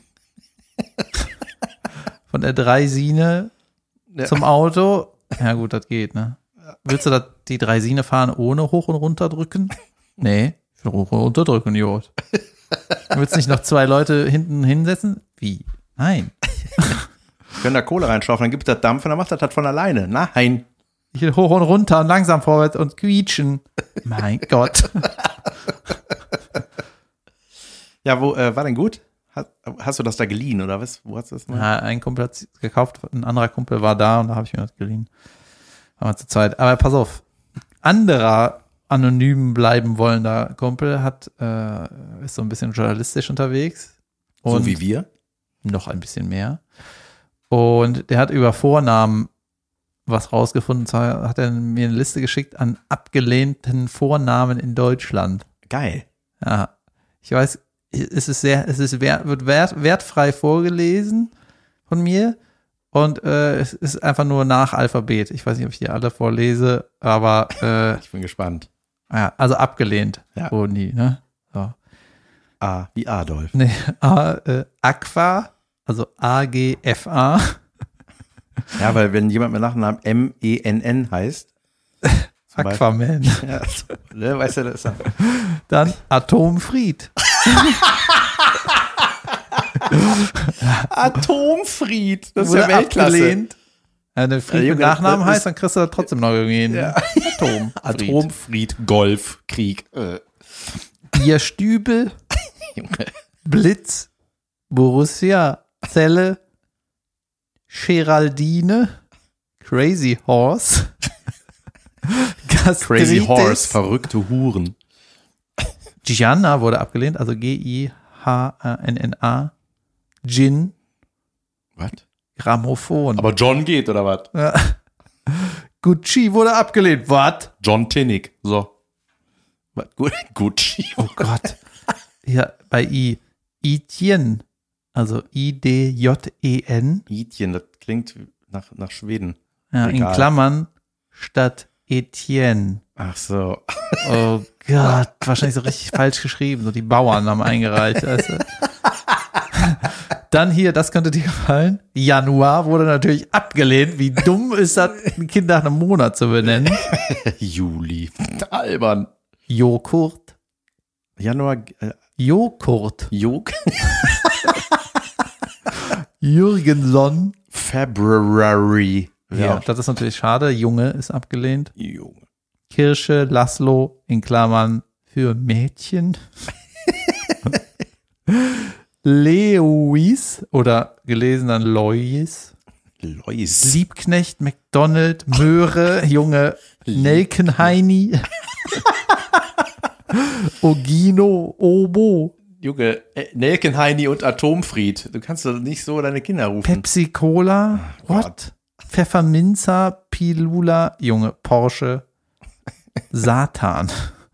Von der Dreisine Ja. zum Auto. Ja gut, das geht, ne? Willst du die Dreisine fahren ohne hoch und runter drücken? Nee, ich will hoch und runter drücken, Idiot. Willst du nicht noch 2 Leute hinten hinsetzen? Wie? Nein. Können da Kohle reinschaufeln, dann gibt das Dampf und dann macht das von alleine. Nein. Ich will hoch und runter und langsam vorwärts und quietschen. Mein Gott. Ja, wo war denn gut? Hast du das da geliehen oder was? Wo hast du das mal? Ja, ein Kumpel hat es gekauft, ein anderer Kumpel war da und da habe ich mir das geliehen. Waren wir zu zweit. Aber pass auf, anderer anonym bleiben wollender Kumpel ist so ein bisschen journalistisch unterwegs. Und So wie wir? noch ein bisschen mehr. Und der hat über Vornamen was rausgefunden. Und zwar hat er mir eine Liste geschickt an abgelehnten Vornamen in Deutschland. Geil. Ja, ich weiß, wird wertfrei vorgelesen von mir und es ist einfach nur nach Alphabet. Ich weiß nicht, ob ich die alle vorlese, aber Ich bin gespannt. ja, also abgelehnt Ja. wurden die, ne? So. A wie Adolf. Nee, Aqua, also AGFA. Ja, weil wenn jemand mit Nachnamen MENN heißt, zum Beispiel- Aquaman. ja, so, ne, weißt du, das ist dann, Dann Atomfried. Atomfried, das ist Wurde ja Weltklasse. abgelehnt. Wenn du Fried mit Junge, Nachnamen das ist- heißt, dann kriegst du da trotzdem noch irgendwie einen Ja. Atomfried. Atomfried, Golf, Krieg. Bierstübel, Junge. Blitz, Borussia, Zelle, Geraldine, Crazy Horse, Crazy Horse, verrückte Huren. Gianna wurde abgelehnt, also Gihanna, Gin, Was? Grammophon. Aber John geht, oder was? Ja. Gucci wurde abgelehnt, was? John Tinnick, so. Was? Gucci. Oh Gott. Ja, bei I. Etienne, also I-D-J-E-N. Etienne, das klingt nach Schweden. Ja, in Egal. Klammern statt Etienne. Ach so. Oh Gott, wahrscheinlich so richtig falsch geschrieben. So die Bauern haben eingereicht. Weißt du? Dann hier, das könnte dir gefallen. Januar wurde natürlich abgelehnt. Wie dumm ist das, ein Kind nach einem Monat zu benennen? Juli. Albern. Joghurt. Januar. Joghurt. Jog. Jürgenson. February. Ja, das ist natürlich schade. Junge ist abgelehnt. Junge. Kirsche, Laszlo, in Klammern für Mädchen. Lewis oder gelesen dann Lois. Lois. Liebknecht, McDonald, Möhre, Junge, Nelkenheini. Ogino, Obo. Junge, Nelkenheini und Atomfried. Du kannst doch nicht so deine Kinder rufen. Pepsi Cola. Gott. What? Pfefferminzer, Pilula, Junge, Porsche. Satan.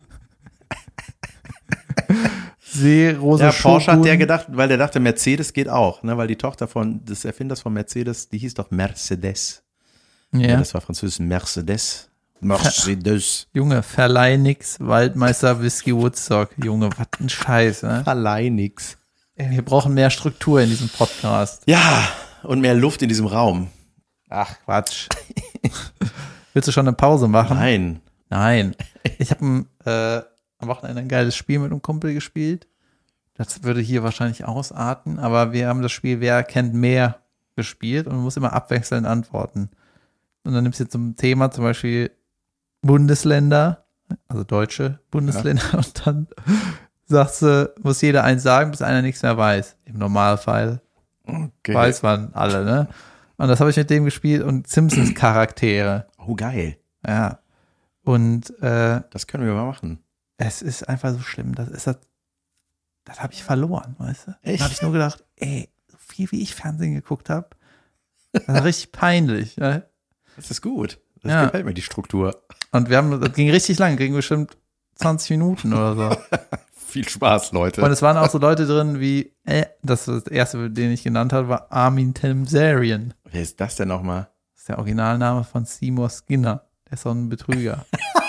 Seerose Ja, Porsche hat Shogun. der gedacht, weil der dachte, Mercedes geht auch, ne? Weil die Tochter des Erfinders von Mercedes, die hieß doch Mercedes. Ja. Das war französisch Mercedes. Mercedes. Junge, Verleih nix, Waldmeister Whisky Woodstock. Junge, was ein Scheiß, ne? Verleih nix. Ey, wir brauchen mehr Struktur in diesem Podcast. Ja, und mehr Luft in diesem Raum. Ach, Quatsch. Willst du schon eine Pause machen? Nein. Nein. Ich habe am Wochenende ein geiles Spiel mit einem Kumpel gespielt. Das würde hier wahrscheinlich ausarten, aber wir haben das Spiel Wer kennt mehr gespielt und man muss immer abwechselnd antworten. Und dann nimmst du zum Thema zum Beispiel Bundesländer, also deutsche Bundesländer, und dann sagst du, muss jeder eins sagen, bis einer nichts mehr weiß. Im Normalfall Okay. weiß man alle, ne? Und das habe ich mit dem gespielt und Simpsons-Charaktere. Oh, geil. Ja. Und Das können wir mal machen. es ist einfach so schlimm. Das habe ich verloren, weißt du? Echt? Da habe ich nur gedacht, ey, so viel wie ich Fernsehen geguckt habe, das war richtig peinlich. Ja? Das ist gut. Das Ja. gefällt mir, die Struktur. Und das ging richtig lang, ging bestimmt 20 Minuten oder so. Viel Spaß, Leute. Und es waren auch so Leute drin wie, das erste, den ich genannt habe, war Armin Tamsarian. Wer ist das denn nochmal? Das ist der Originalname von Seymour Skinner. Der ist so ein Betrüger.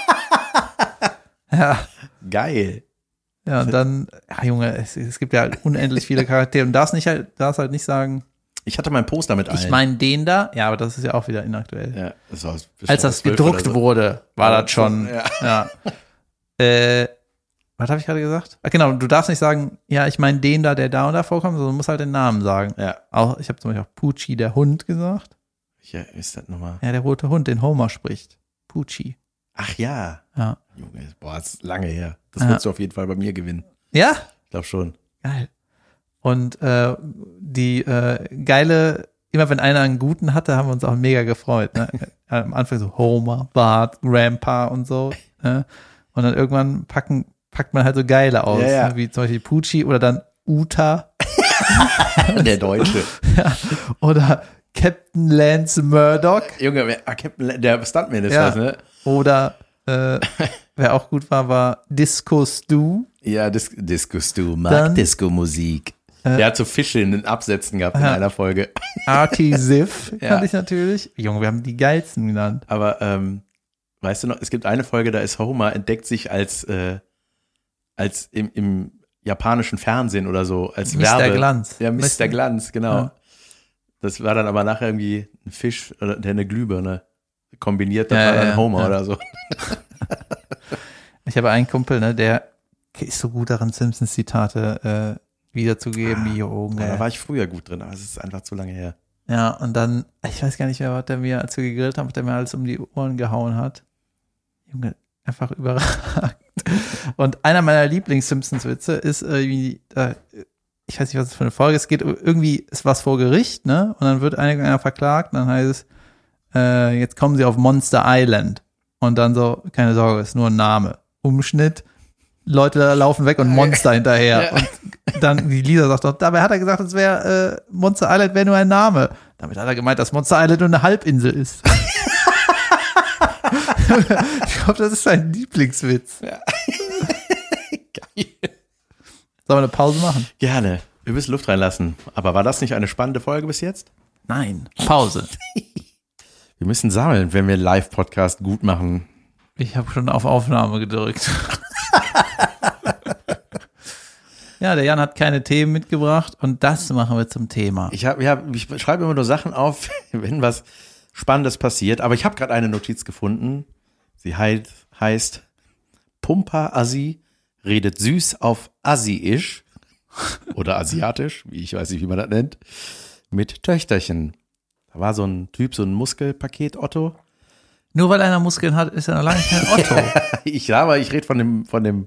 Ja. Geil. Ja, und dann, ja, Junge, es gibt ja unendlich viele Charaktere. Und darfst halt nicht sagen, Ich hatte mein Poster mit allen. ich meine den da. Ja, aber das ist ja auch wieder inaktuell. Ja, das war Als das gedruckt wurde, war das schon. Ja. Was habe ich gerade gesagt? Ach, genau, du darfst nicht sagen, ja, ich meine den da, der da und da vorkommt, sondern du musst halt den Namen sagen. Ja. Auch, ich habe zum Beispiel auch Pucci, der Hund, gesagt. Ja, ist das nochmal? Ja, der rote Hund, den Homer spricht. Pucci. Ach ja. Ja. Junge, boah, das ist lange her. Das Ja. würdest du auf jeden Fall bei mir gewinnen. Ja? Ich glaube schon. Geil. Und die geile, immer wenn einer einen guten hatte, haben wir uns auch mega gefreut. Ne? Am Anfang so Homer, Bart, Grandpa und so. Ne? Und dann irgendwann packt man halt so geile aus, Ja. ne? Wie zum Beispiel Pucci oder dann Uta. Der Deutsche. Ja. Oder Captain Lance Murdoch. Junge, der Stuntman ist Ja. das, ne? Oder wer auch gut war Disco Stu. Ja, Disco Stu, Dann- Disco-Musik. Der hat so Fische in den Absätzen gehabt in Ja. einer Folge. Artie Ziff Ja. kannte ich natürlich. Junge, wir haben die geilsten genannt. Aber weißt du noch, es gibt eine Folge, da ist Homer, entdeckt sich als im japanischen Fernsehen oder so, als Mr. Werbe. Glanz. Ja, Weißt Mr. du? Glanz, genau. Ja. Das war dann aber nachher irgendwie ein Fisch, der eine Glühbirne kombiniert, das Ja, war dann ja, Homer ja. oder so. Ich habe einen Kumpel, ne, der ist so gut darin, Simpsons-Zitate wiederzugeben. Junge. Da war ich früher gut drin, aber es ist einfach zu lange her. Ja, und dann, ich weiß gar nicht mehr, was der mir, als wir gegrillt haben, was der mir alles um die Ohren gehauen hat. Junge, einfach überragend. Und einer meiner Lieblings-Simpsons-Witze ist irgendwie, ich weiß nicht, was das für eine Folge ist. Es geht irgendwie, ist was vor Gericht, ne? Und dann wird einer verklagt, und dann heißt es, jetzt kommen sie auf Monster Island. Und dann so, keine Sorge, ist nur ein Name. Umschnitt, Leute laufen weg und Monster hinterher. Ja. Und dann, die Lisa sagt doch, dabei hat er gesagt, es wäre, Monster Island wäre nur ein Name. Damit hat er gemeint, dass Monster Island nur eine Halbinsel ist. Ich glaube, das ist sein Lieblingswitz. Ja. Geil. Sollen wir eine Pause machen? Gerne. Wir müssen Luft reinlassen. Aber war das nicht eine spannende Folge bis jetzt? Nein. Pause. Wir müssen sammeln, wenn wir Live-Podcast gut machen. Ich habe schon auf Aufnahme gedrückt. Ja, der Jan hat keine Themen mitgebracht und das machen wir zum Thema. Ich schreibe immer nur Sachen auf, wenn was Spannendes passiert. Aber ich habe gerade eine Notiz gefunden. Sie heißt Pumpa Assi redet süß auf Assi-isch oder asiatisch, wie ich weiß nicht, wie man das nennt, mit Töchterchen. Da war so ein Typ, so ein Muskelpaket Otto. Nur weil einer Muskeln hat, ist er noch lange kein Otto. Ich rede von dem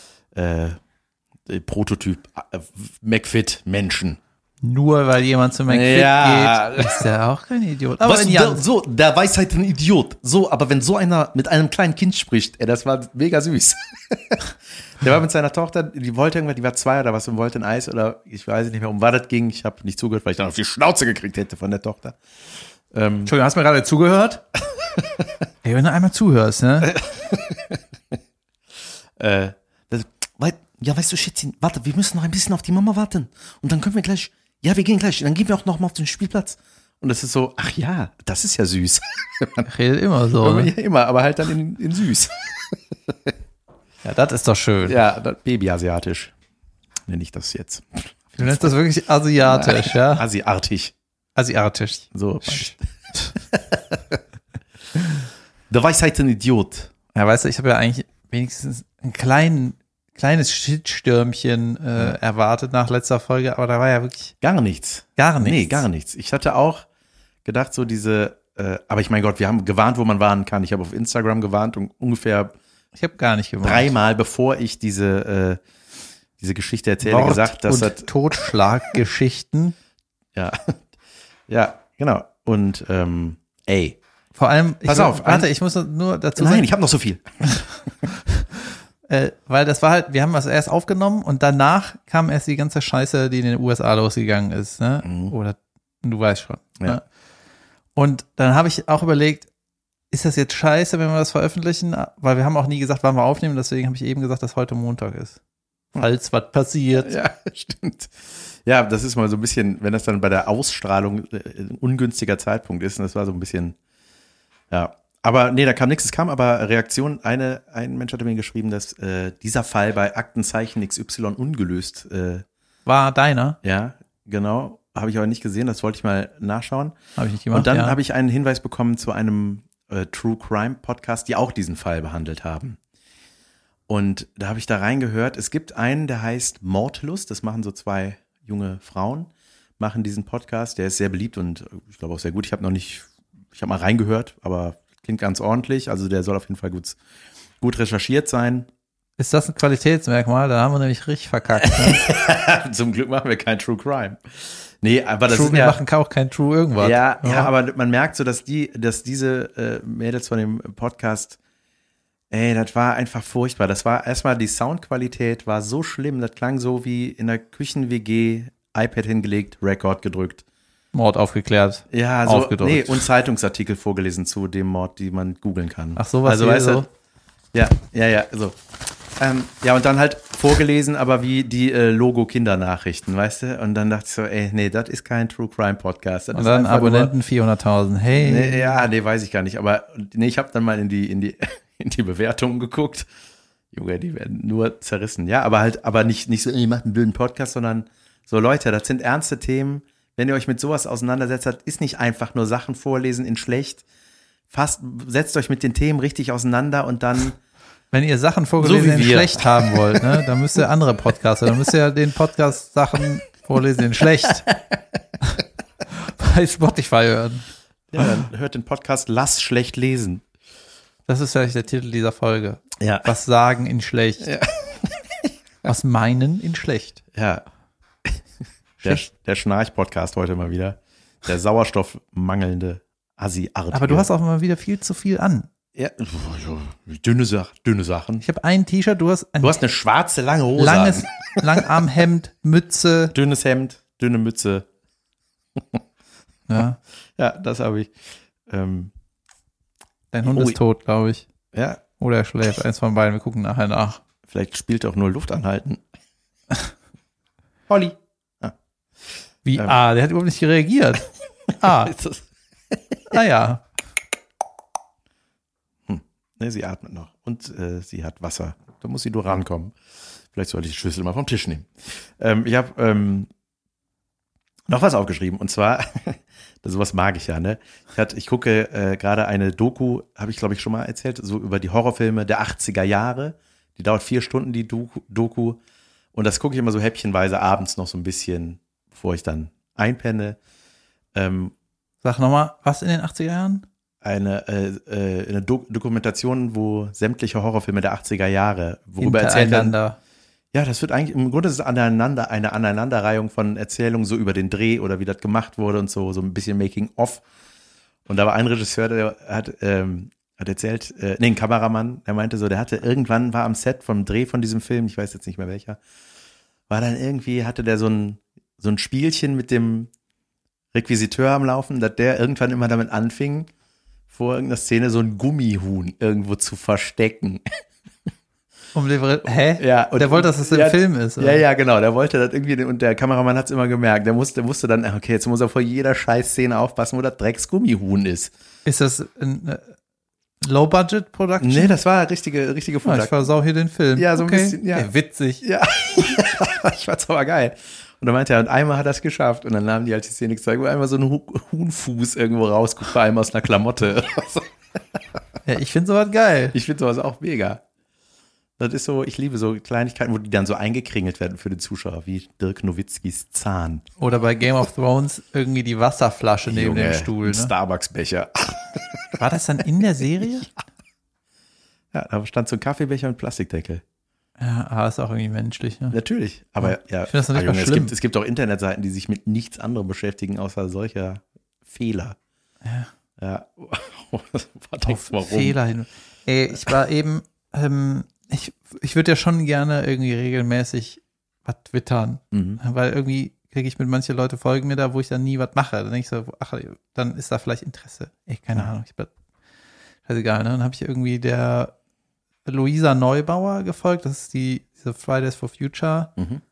Prototyp McFit-Menschen. Nur weil jemand zu McFit geht, ist er auch kein Idiot. Aber der Weisheit ein Idiot. So, aber wenn so einer mit einem kleinen Kind spricht, das war mega süß. Der war mit seiner Tochter, die war 2 oder was und wollte ein Eis oder ich weiß nicht mehr, um was das ging. Ich habe nicht zugehört, weil ich dann auf die Schnauze gekriegt hätte von der Tochter. Entschuldigung, hast du mir gerade zugehört? Ey, wenn du einmal zuhörst, ne? Weißt du, Schätzchen, warte, wir müssen noch ein bisschen auf die Mama warten. Und dann können wir gleich, wir gehen gleich. Dann gehen wir auch noch mal auf den Spielplatz. Und das ist so, ach ja, das ist ja süß. Redet immer so. Ne? Ja, immer, aber halt dann in süß. Ja, das ist doch schön. Ja, Baby-asiatisch nenne ich das jetzt. Du nennst das wirklich asiatisch, ja? Asiartig. Asiatisch. So. Der Weisheit ein Idiot. Ja, weißt du, ich habe ja eigentlich wenigstens ein kleines Shitstürmchen erwartet nach letzter Folge, aber da war ja wirklich gar nichts. Nee, gar nichts. Ich hatte auch gedacht, so aber ich mein Gott, wir haben gewarnt, wo man warnen kann. Ich habe auf Instagram gewarnt und ungefähr ich habe gar nicht gewarnt. 3-mal, bevor ich diese Geschichte erzähle, gesagt, dass das Totschlaggeschichten. Ja, genau. Und ey. Vor allem, pass auf. Warte, ich muss nur dazu sagen. Nein, ich habe noch so viel. Weil das war halt, wir haben das erst aufgenommen und danach kam erst die ganze Scheiße, die in den USA losgegangen ist, ne? Oder du weißt schon. Ja. Ne? Und dann habe ich auch überlegt, ist das jetzt scheiße, wenn wir das veröffentlichen? Weil wir haben auch nie gesagt, wann wir aufnehmen, deswegen habe ich eben gesagt, dass heute Montag ist. Falls was passiert. Ja, stimmt. Ja, das ist mal so ein bisschen, wenn das dann bei der Ausstrahlung ein ungünstiger Zeitpunkt ist, und das war so ein bisschen, ja. Aber nee, da kam nichts. Es kam aber Reaktion. Ein Mensch hatte mir geschrieben, dass dieser Fall bei Aktenzeichen XY ungelöst war deiner? Ja, genau. Habe ich aber nicht gesehen. Das wollte ich mal nachschauen. Habe ich nicht gemacht. Und dann habe ich einen Hinweis bekommen zu einem True Crime Podcast, die auch diesen Fall behandelt haben. Und da habe ich da reingehört. Es gibt einen, der heißt Mordlust. Das machen so 2 junge Frauen, machen diesen Podcast. Der ist sehr beliebt und ich glaube auch sehr gut. Ich habe mal reingehört, aber klingt ganz ordentlich, also der soll auf jeden Fall gut recherchiert sein. Ist das ein Qualitätsmerkmal? Da haben wir nämlich richtig verkackt. Ne? Zum Glück machen wir kein True Crime. Nee, aber das True, ist wir machen auch kein True irgendwas. Ja, aber man merkt so, dass diese Mädels von dem Podcast, das war einfach furchtbar. Das war erstmal, die Soundqualität war so schlimm, das klang so wie in der Küchen-WG, iPad hingelegt, Record gedrückt. Mord aufgeklärt. Ja, so, nee, und Zeitungsartikel vorgelesen zu dem Mord, die man googeln kann. Ach, sowas also, weißt du, ja, so. Ja, und dann halt vorgelesen, aber wie die Logo-Kindernachrichten, weißt du? Und dann dachte ich so, nee, das ist kein True Crime Podcast. Das und dann Abonnenten 400.000, hey. Nee, weiß ich gar nicht. Aber nee, ich habe dann mal in die Bewertungen geguckt. Junge, die werden nur zerrissen. Ja, aber nicht so, ihr macht einen blöden Podcast, sondern so, Leute, das sind ernste Themen. Wenn ihr euch mit sowas auseinandersetzt, das ist nicht einfach nur Sachen vorlesen in schlecht. Setzt euch mit den Themen richtig auseinander und dann. Wenn ihr Sachen vorgelesen in schlecht haben wollt, ne, dann müsst ihr andere Podcaster, dann müsst ihr den Podcast Sachen vorlesen in schlecht. Bei Spotify hören. Ja, dann hört den Podcast Lass schlecht lesen. Das ist vielleicht der Titel dieser Folge. Ja. Was sagen in schlecht. Ja. Was meinen in schlecht. Ja. Der Schnarch-Podcast heute mal wieder. Der sauerstoffmangelnde Assi-Artige. Aber du hast auch mal wieder viel zu viel an. Ja, dünne Sachen. Ich habe ein T-Shirt, du hast eine schwarze, lange Hose langes an. Langarmhemd, Mütze. Dünnes Hemd, dünne Mütze. Ja. Ja, das habe ich. Dein Hund ist tot, glaube ich. Ja. Oder er schläft, eins von beiden. Wir gucken nachher nach. Vielleicht spielt er auch nur Luft anhalten. Holly. Wie? Der hat überhaupt nicht reagiert. Ja. Ne, sie atmet noch. Und sie hat Wasser. Da muss sie nur rankommen. Vielleicht sollte ich die Schüssel mal vom Tisch nehmen. Ich habe noch was aufgeschrieben. Und zwar, sowas mag ich ja, ne? Ich gucke gerade eine Doku, habe ich glaube ich schon mal erzählt, so über die Horrorfilme der 80er Jahre. Die dauert 4 Stunden, die Doku. Und das gucke ich immer so häppchenweise abends noch so ein bisschen, bevor ich dann einpenne. Sag nochmal, was in den 80er Jahren? Eine Dokumentation, wo sämtliche Horrorfilme der 80er Jahre, worüber erzählt werden. Ja, das wird eigentlich, im Grunde ist es eine Aneinanderreihung von Erzählungen so über den Dreh oder wie das gemacht wurde und so ein bisschen Making-of. Und da war ein Regisseur, der hat erzählt, ein Kameramann, der meinte so, irgendwann war am Set vom Dreh von diesem Film, ich weiß jetzt nicht mehr welcher, hatte der so ein Spielchen mit dem Requisiteur am Laufen, dass der irgendwann immer damit anfing, vor irgendeiner Szene so ein Gummihuhn irgendwo zu verstecken. Hä? Ja, und der wollte, dass es im Film ist. Oder? Ja, genau. Der wollte das irgendwie, und der Kameramann hat es immer gemerkt. Der wusste dann, okay, jetzt muss er vor jeder Scheißszene aufpassen, wo das Drecksgummihuhn ist. Ist das ein Low-Budget-Production? Nee, das war richtige Production. Ich versau hier den Film. Ja, so ein bisschen, ja. Witzig. Ja, ich fand's aber geil. Und dann meinte er, und einmal hat er es geschafft. Und dann haben die halt die Szene gezeigt, wo einmal so ein Huhnfuß irgendwo rausguckt, bei einem aus einer Klamotte. Ja, ich finde sowas geil. Ich finde sowas auch mega. Das ist so, ich liebe so Kleinigkeiten, wo die dann so eingekringelt werden für den Zuschauer, wie Dirk Nowitzkis Zahn. Oder bei Game of Thrones irgendwie die Wasserflasche neben dem Stuhl. Ein Starbucks-Becher. War das dann in der Serie? Ja, da stand so ein Kaffeebecher und Plastikdeckel. Ja, ist auch irgendwie menschlich. Ne? Natürlich, aber ja, ich finde das noch nicht mal schlimm. Es gibt auch Internetseiten, die sich mit nichts anderem beschäftigen, außer solcher Fehler. Ja. Warum? Fehler hin. Ich war eben, ich würde ja schon gerne irgendwie regelmäßig was twittern, weil irgendwie kriege ich mit manchen Leuten folgen mir da, wo ich dann nie was mache. Dann denke ich so, dann ist da vielleicht Interesse. Keine Ahnung. Scheißegal, ne? Dann habe ich irgendwie der Luisa Neubauer gefolgt, das ist diese Fridays for Future.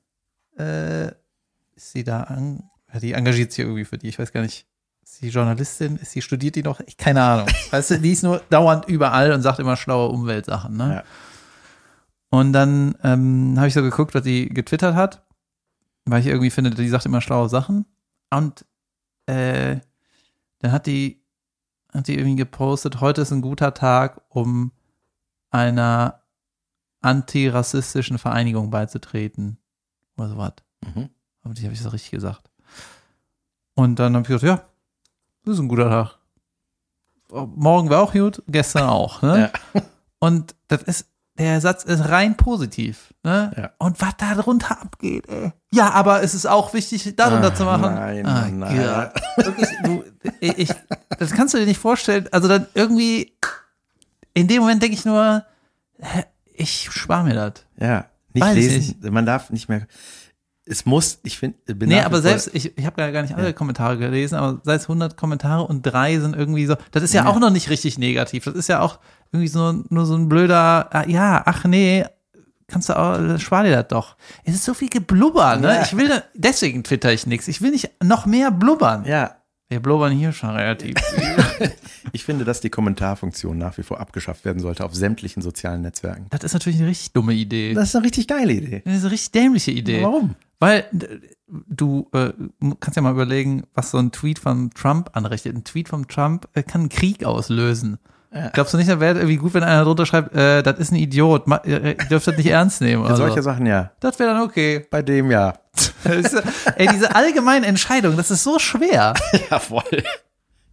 Ist sie da die engagiert sich irgendwie für die, ich weiß gar nicht, ist sie Journalistin, studiert die noch? Keine Ahnung. Weißt du, die ist nur dauernd überall und sagt immer schlaue Umweltsachen, ne? Ja. Und dann habe ich so geguckt, was die getwittert hat, weil ich irgendwie finde, die sagt immer schlaue Sachen. Und dann hat die irgendwie gepostet, heute ist ein guter Tag, um einer antirassistischen Vereinigung beizutreten. Oder sowas. Aber die habe ich so richtig gesagt. Und dann habe ich gesagt, ja, das ist ein guter Tag. Morgen war auch gut, gestern auch. Ne? Ja. Und der Satz ist rein positiv. Ne? Ja. Und was da drunter abgeht, ey. Ja, aber es ist auch wichtig, darunter zu machen. Nein. Ja. Wirklich, das kannst du dir nicht vorstellen. Also dann irgendwie, in dem Moment denke ich nur, ich spare mir das. Ja, nicht lesen. Nicht. Man darf nicht mehr. Es muss, ich finde, aber selbst, ich habe gar nicht alle Kommentare gelesen, aber sei es 100 Kommentare und 3 sind irgendwie so, das ist ja auch noch nicht richtig negativ. Das ist ja auch irgendwie nur so ein blöder, kannst du auch, spar dir das doch. Es ist so viel Geblubber, ne? Ja. Deswegen twitter ich nichts. Ich will nicht noch mehr blubbern. Ja. Wir blubbern hier schon relativ viel. Ich finde, dass die Kommentarfunktion nach wie vor abgeschafft werden sollte auf sämtlichen sozialen Netzwerken. Das ist natürlich eine richtig dumme Idee. Das ist eine richtig geile Idee. Das ist eine richtig dämliche Idee. Warum? Weil du kannst ja mal überlegen, was so ein Tweet von Trump anrichtet. Ein Tweet von Trump kann einen Krieg auslösen. Ja. Glaubst du nicht, da wäre irgendwie gut, wenn einer drunter schreibt, das ist ein Idiot, ihr dürft das nicht ernst nehmen? Oder solche Sachen, ja. Das wäre dann okay. Bei dem, ja. Diese allgemeine Entscheidung, das ist so schwer. Ja, voll.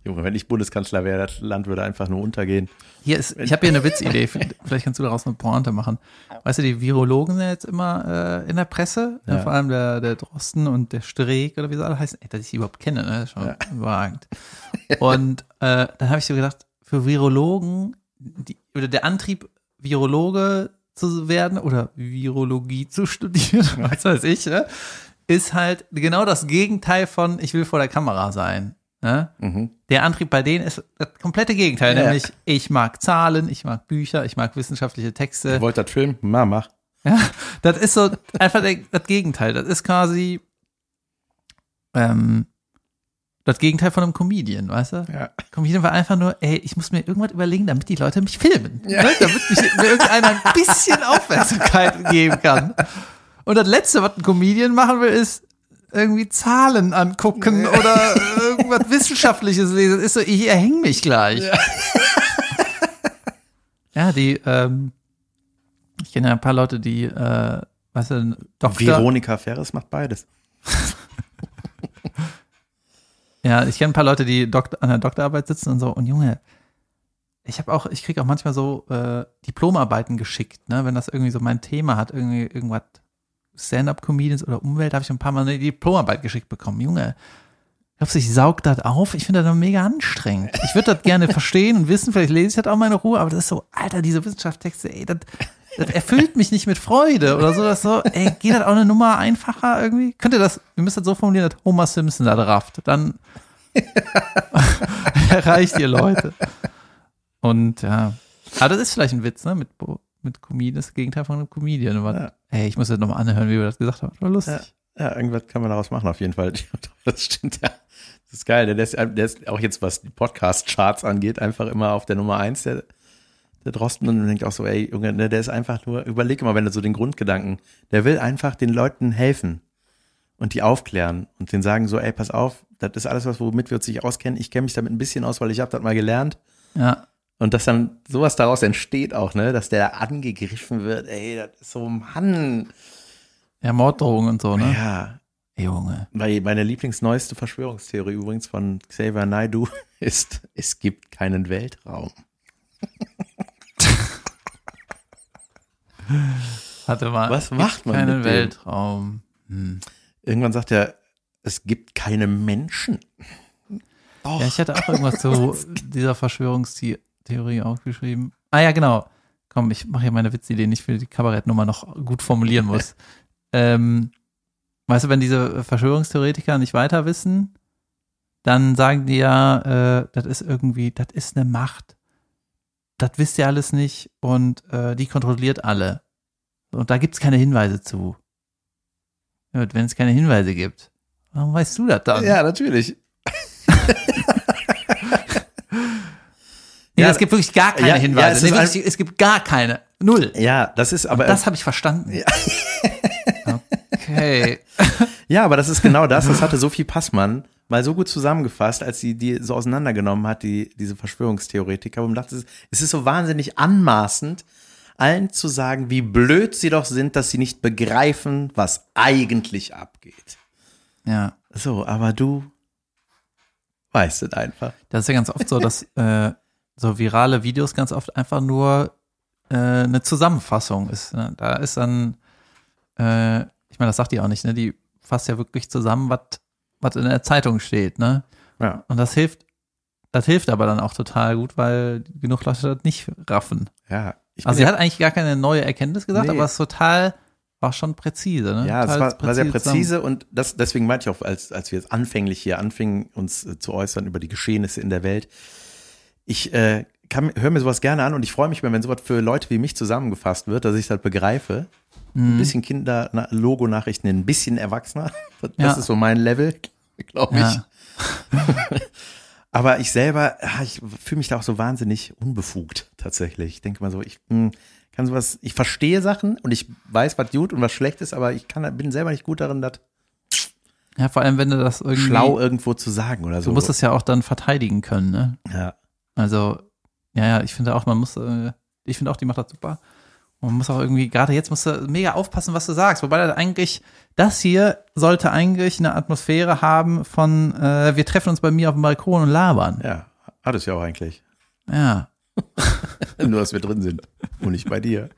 Junge, wenn ich Bundeskanzler wäre, das Land würde einfach nur untergehen. Ich habe hier eine Witzidee. Vielleicht kannst du daraus eine Pointe machen. Weißt du, die Virologen sind jetzt immer in der Presse. Ja. Vor allem der Drosten und der Streeck oder wie sie alle heißen. Ey, dass ich die überhaupt kenne, ne? Das ist schon überragend. Und dann habe ich so gedacht, für Virologen, oder der Antrieb, Virologe zu werden oder Virologie zu studieren, was weiß ich, ne? Ist halt genau das Gegenteil von ich will vor der Kamera sein. Ne? Mhm. Der Antrieb bei denen ist das komplette Gegenteil, nämlich ich mag Zahlen, ich mag Bücher, ich mag wissenschaftliche Texte. Ihr wollt das filmen? Mach. Ja, das ist so einfach das Gegenteil. Das ist quasi das Gegenteil von einem Comedian, weißt du? Ja. Comedian war einfach nur, ey, ich muss mir irgendwas überlegen, damit die Leute mich filmen. Ja. Ne? Damit mir irgendeiner ein bisschen Aufmerksamkeit geben kann. Und das Letzte, was ein Comedian machen will, ist irgendwie Zahlen angucken oder irgendwas Wissenschaftliches lesen. Das ist so, ich erhänge mich gleich. Ja, ich kenne ja ein paar Leute, die, weißt du, Doktor. Veronika Ferres macht beides. Ja, ich kenne ein paar Leute, die an der Doktorarbeit sitzen und so, und Junge, ich kriege auch manchmal so Diplomarbeiten geschickt, ne, wenn das irgendwie so mein Thema hat, irgendwas Stand-up-Comedians oder Umwelt, habe ich ein paar Mal eine Diplomarbeit geschickt bekommen. Junge, glaubst du, ich saug das auf? Ich finde das mega anstrengend. Ich würde das gerne verstehen und wissen, vielleicht lese ich das auch mal in Ruhe, aber das ist so, Alter, diese Wissenschaftstexte, ey, das erfüllt mich nicht mit Freude oder so, das so, ey, geht das auch eine Nummer einfacher irgendwie? Wir müsst das so formulieren, dass Homer Simpson da rafft, dann erreicht ihr Leute. Und ja, aber das ist vielleicht ein Witz, ne, mit Comedian, das Gegenteil von einem Comedian. Aber, ey, ich muss jetzt nochmal anhören, wie wir das gesagt haben. War lustig. Ja, irgendwas kann man daraus machen, auf jeden Fall. Das stimmt, ja. Das ist geil. Der ist auch jetzt, was die Podcast-Charts angeht, einfach immer auf der Nummer 1, der Drosten. Und man denkt auch so, ey, Junge, der ist einfach nur, überleg mal, wenn du so den Grundgedanken, der will einfach den Leuten helfen und die aufklären und denen sagen so, ey, pass auf, das ist alles, womit wir uns nicht auskennen. Ich kenne mich damit ein bisschen aus, weil ich habe das mal gelernt. Ja. Und dass dann sowas daraus entsteht auch, ne, dass der angegriffen wird, ey, das ist so, Mann. Ja, Morddrohungen und so, ne? Ja. Junge. Meine lieblingsneueste Verschwörungstheorie übrigens von Xavier Naidoo ist, es gibt keinen Weltraum. Warte mal. Was macht man keinen mit dem? Weltraum. Irgendwann sagt er, es gibt keine Menschen. Doch. Ja, ich hatte auch irgendwas zu dieser Verschwörungstheorie aufgeschrieben. Ah ja, genau. Komm, ich mache hier meine Witzidee nicht für die Kabarettnummer noch gut formulieren muss. Weißt du, wenn diese Verschwörungstheoretiker nicht weiter wissen, dann sagen die ja, das ist eine Macht. Das wisst ihr alles nicht und die kontrolliert alle. Und da gibt es keine Hinweise zu. Ja, wenn es keine Hinweise gibt, warum weißt du das dann? Ja, natürlich. Nee, es gibt wirklich gar keine Hinweise. Ja, es gibt gar keine. Null. Ja, das ist aber. Und das habe ich verstanden. Ja. Okay. Ja, aber das ist genau das. Das hatte Sophie Passmann mal so gut zusammengefasst, als sie die so auseinandergenommen hat, diese Verschwörungstheoretiker. Und dachte, es ist so wahnsinnig anmaßend, allen zu sagen, wie blöd sie doch sind, dass sie nicht begreifen, was eigentlich abgeht. Ja. So, aber du weißt es einfach. Das ist ja ganz oft so, dass so virale Videos ganz oft einfach nur eine Zusammenfassung ist. Ne? Da ist dann, ich meine, das sagt die auch nicht, ne? Die fasst ja wirklich zusammen, was in der Zeitung steht, ne? Ja. Und das hilft aber dann auch total gut, weil genug Leute das nicht raffen. Ja. Also sie hat eigentlich gar keine neue Erkenntnis gesagt, aber es ist war schon präzise, ne? Ja, es war sehr präzise zusammen. und deswegen meinte ich auch, als wir jetzt anfänglich hier anfingen, uns zu äußern über die Geschehnisse in der Welt, ich höre mir sowas gerne an und ich freue mich, wenn sowas für Leute wie mich zusammengefasst wird, dass ich das begreife. Ein bisschen Kinder-Logo-Nachrichten, ein bisschen erwachsener. Das ist so mein Level, glaube ich. Ja. Aber ich selber, ich fühle mich da auch so wahnsinnig unbefugt tatsächlich. Ich denke mal so, ich kann sowas, ich verstehe Sachen und ich weiß, was gut und was schlecht ist, aber bin selber nicht gut darin, das ja, vor allem, wenn du das irgendwie schlau irgendwo zu sagen oder so. Du musst es ja auch dann verteidigen können, ne? Ja. Also, ja, ich finde auch, ich finde auch, die macht das super. Man muss auch irgendwie, gerade jetzt musst du mega aufpassen, was du sagst. Wobei das hier sollte eigentlich eine Atmosphäre haben von, wir treffen uns bei mir auf dem Balkon und labern. Ja, hat es ja auch eigentlich. Ja. Nur, dass wir drin sind und nicht bei dir.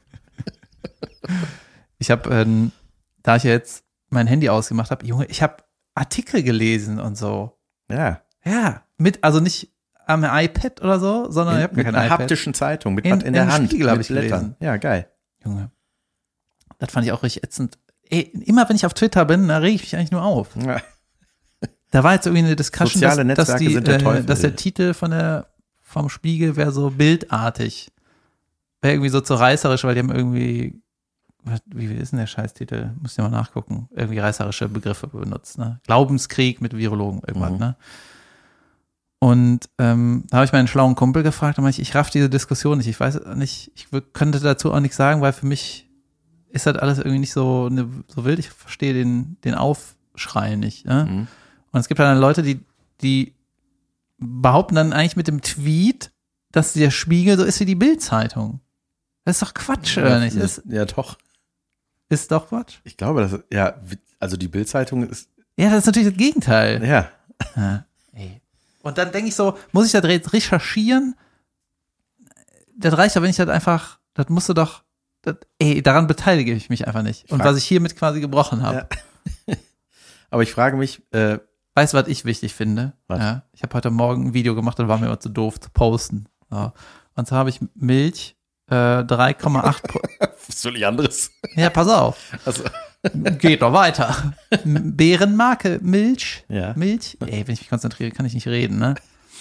Ich habe, da ich jetzt mein Handy ausgemacht habe, Junge, ich habe Artikel gelesen und so. Ja. Ja, also nicht am iPad oder so, sondern ich habe mit kein einer iPad. haptischen Zeitung, mit was in der Hand. Spiegel habe mit ich gelesen. Ja, geil. Junge, das fand ich auch richtig ätzend. Ey, immer wenn ich auf Twitter bin, da rege ich mich eigentlich nur auf. Ja. Da war jetzt irgendwie eine Discussion, Soziale Netzwerke sind der Teufel. dass der Titel vom Spiegel wäre so bildartig. Wäre irgendwie so zu reißerisch, weil die haben irgendwie, wie ist denn der Scheißtitel? Müsst ihr mal nachgucken. Irgendwie reißerische Begriffe benutzt, ne? Glaubenskrieg mit Virologen, irgendwas, ne? Und da habe ich meinen schlauen Kumpel gefragt und meinte, ich raff diese Diskussion nicht. Ich weiß nicht, ich könnte dazu auch nichts sagen, weil für mich ist das alles irgendwie nicht so wild. Ich verstehe den Aufschrei nicht. Ne? Und es gibt dann Leute, die behaupten dann eigentlich mit dem Tweet, dass der Spiegel so ist wie die Bild-Zeitung. Das ist doch Quatsch, oder nicht? Ja, doch. Ist doch Quatsch. Ich glaube, also die Bild-Zeitung ist. Ja, das ist natürlich das Gegenteil. Ja. Ey. Und dann denke ich so, muss ich das jetzt recherchieren? Das reicht ja, wenn ich das einfach, das musst du doch, daran beteilige ich mich einfach nicht. Und was ich hiermit quasi gebrochen habe. Ja. Aber ich frage mich, weißt du, was ich wichtig finde? Was? Ja, ich habe heute Morgen ein Video gemacht, dann war mir immer zu doof zu posten. Ja. Und zwar habe ich Milch 3,8 was soll ich anderes? Ja, pass auf. Also. Geht doch weiter. Bärenmarke Milch. Ja. Milch. Ey, wenn ich mich konzentriere, kann ich nicht reden, ne?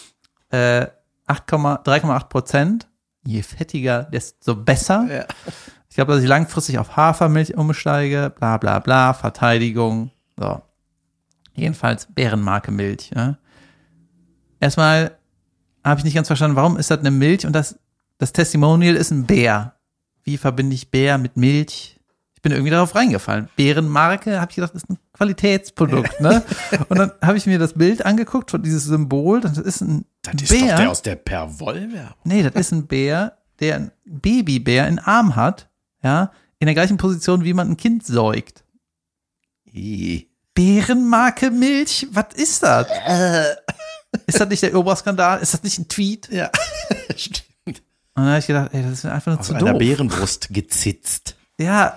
3,8%. Je fettiger, desto besser. Ja. Ich glaube, dass ich langfristig auf Hafermilch umsteige. Bla, bla, bla. Verteidigung. So. Jedenfalls Bärenmarke Milch. Ja? Erstmal habe ich nicht ganz verstanden, warum ist das eine Milch und das Testimonial ist ein Bär. Wie verbinde ich Bär mit Milch? Ich bin irgendwie darauf reingefallen. Bärenmarke, habe ich gedacht, ist ein Qualitätsprodukt, ne? Und dann habe ich mir das Bild angeguckt von dieses Symbol. Das ist ein Das ist Bär. doch der aus der Perwoll-Werbung. Nee, das ist ein Bär, der ein Babybär in Arm hat, ja, in der gleichen Position, wie man ein Kind säugt. Bärenmarke Milch? Was ist das? Ist das nicht der Oberskandal? Ist das nicht ein Tweet? Ja, stimmt. Und dann habe ich gedacht, ey, das ist einfach nur Aus zu einer doof. Bärenbrust gezitzt. Ja,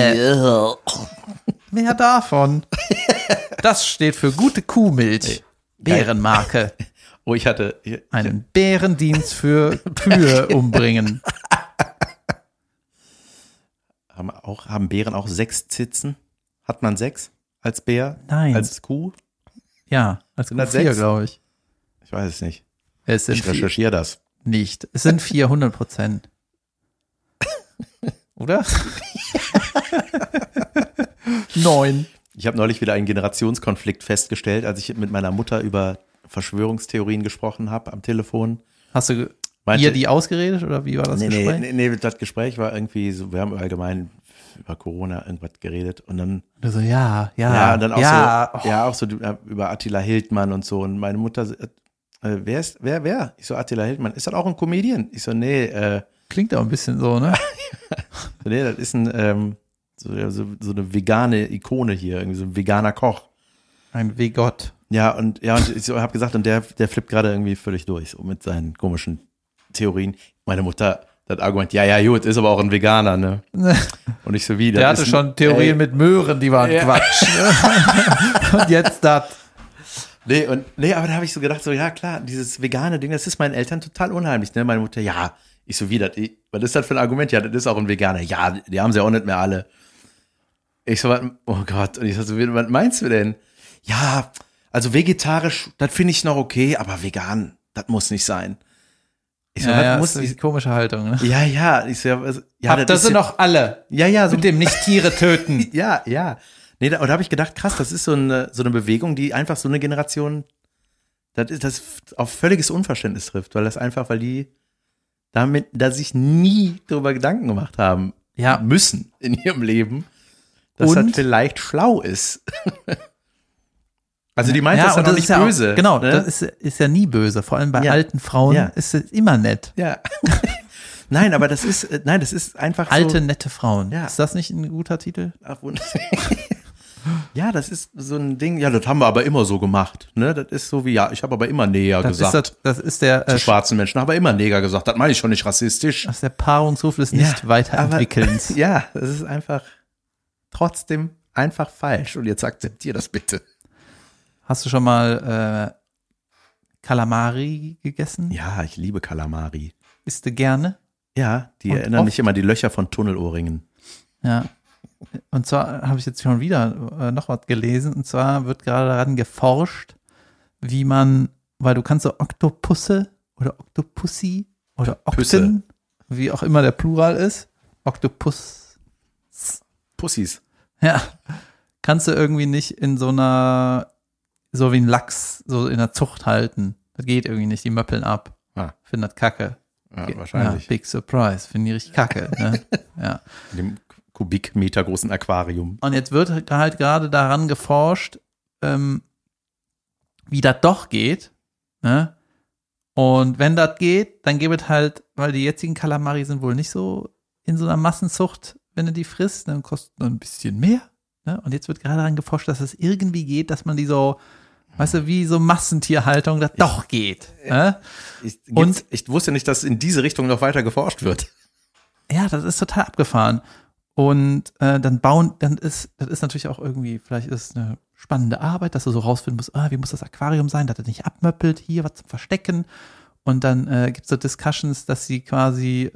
mehr davon. Das steht für gute Kuhmilch. Bärenmarke. Oh, ich hatte Einen Bärendienst für Kühe umbringen. Haben Bären auch 6 Zitzen? Hat man 6 als Bär? Nein. Als Kuh? Ja, als Kuh 106? 4, glaube ich. Ich weiß es nicht. Es sind Ich recherchiere das. nicht. Es sind 400%. Oder? 9. Ich habe neulich wieder einen Generationskonflikt festgestellt, als ich mit meiner Mutter über Verschwörungstheorien gesprochen habe am Telefon. Hast du ihr die ausgeredet oder wie war das Gespräch? Nee, das Gespräch war irgendwie so, wir haben allgemein über Corona irgendwas geredet und dann Oder so, ja, und dann auch ja. so, ja, auch so über Attila Hildmann und so und meine Mutter, wer? Ich so, Attila Hildmann, ist das auch ein Comedian? Ich so, nee, Klingt auch ein bisschen so, ne? nee, das ist ein, so eine vegane Ikone hier, irgendwie so ein veganer Koch. Ein Wegott. Ja, und ich so, habe gesagt, und der flippt gerade irgendwie völlig durch, so mit seinen komischen Theorien. Meine Mutter, das Argument, ja, gut, ist aber auch ein Veganer, ne? Und ich so, wie, Der hatte schon Theorien mit Möhren, die waren Quatsch. Ne? Und jetzt das. Nee, aber da habe ich so gedacht, so, ja, klar, dieses vegane Ding, das ist meinen Eltern total unheimlich, ne? Meine Mutter, ja, ich so, wie, was ist das für ein Argument? Ja, das ist auch ein Veganer. Ja, die haben sie auch nicht mehr alle. Ich so, oh Gott, und ich so, was meinst du denn? Ja, also vegetarisch, das finde ich noch okay, aber vegan, das muss nicht sein. Ich so, Ja, muss das ist die komische Haltung, ne? Ja. Ich so, ja, Das sind doch alle. Ja, so Mit dem nicht Tiere töten. Ja. Nee, und da habe ich gedacht, krass, das ist so eine Bewegung, die einfach so eine Generation, das auf völliges Unverständnis trifft, weil die damit, da sich nie darüber Gedanken gemacht haben müssen in ihrem Leben, dass das vielleicht schlau ist. Also die meint das ja noch nicht böse. Genau, ne? das ist ja nie böse. Vor allem bei alten Frauen ist es immer nett. Ja. Nein, aber das ist einfach Alte, so. nette Frauen. Ja. Ist das nicht ein guter Titel? Ach, ja, das ist so ein Ding, ja, das haben wir aber immer so gemacht. Ne? Das ist so wie, ja, ich habe aber immer Neger gesagt. Das ist der Zu schwarzen Menschen habe immer Neger gesagt. Das meine ich schon nicht rassistisch. das ist der Paarungsruf des Nicht-Weiterentwickelns. Aber, ja, das ist einfach trotzdem einfach falsch. Und jetzt akzeptier das bitte. Hast du schon mal Kalamari gegessen? Ja, ich liebe Kalamari. Isst du gerne? Ja, die Und erinnern oft? mich immer an die Löcher von Tunnelohrringen. Ja. Und zwar habe ich jetzt schon wieder noch was gelesen. Und zwar wird gerade daran geforscht, wie man, weil du kannst so Oktopusse oder Oktopussi oder Okten, wie auch immer der Plural ist, Oktopus, Pussys. ja, kannst du irgendwie nicht in so einer, so wie ein Lachs, so in der Zucht halten. Das geht irgendwie nicht, die möppeln ab. Ah. Finden das kacke. Ja, wahrscheinlich. Ja, big surprise, finde ich richtig kacke. Ne? Ja. In dem Kubikmeter großen Aquarium. Und jetzt wird halt gerade daran geforscht, wie das doch geht. Ne? Und wenn das geht, dann gibt es halt, weil die jetzigen Kalamari sind wohl nicht so in so einer Massenzucht, wenn du die frisst, dann kostet ein bisschen mehr. Ne? Und jetzt wird gerade daran geforscht, dass es irgendwie geht, dass man die so, weißt du, wie so Massentierhaltung, das doch geht. Ne? Ich wusste nicht, dass in diese Richtung noch weiter geforscht wird. Ja, das ist total abgefahren. Und das ist natürlich auch irgendwie, vielleicht ist es eine spannende Arbeit, dass du so rausfinden musst, wie muss das Aquarium sein, dass er nicht abmöppelt, hier was zum Verstecken. Und dann gibt es so Discussions, dass sie quasi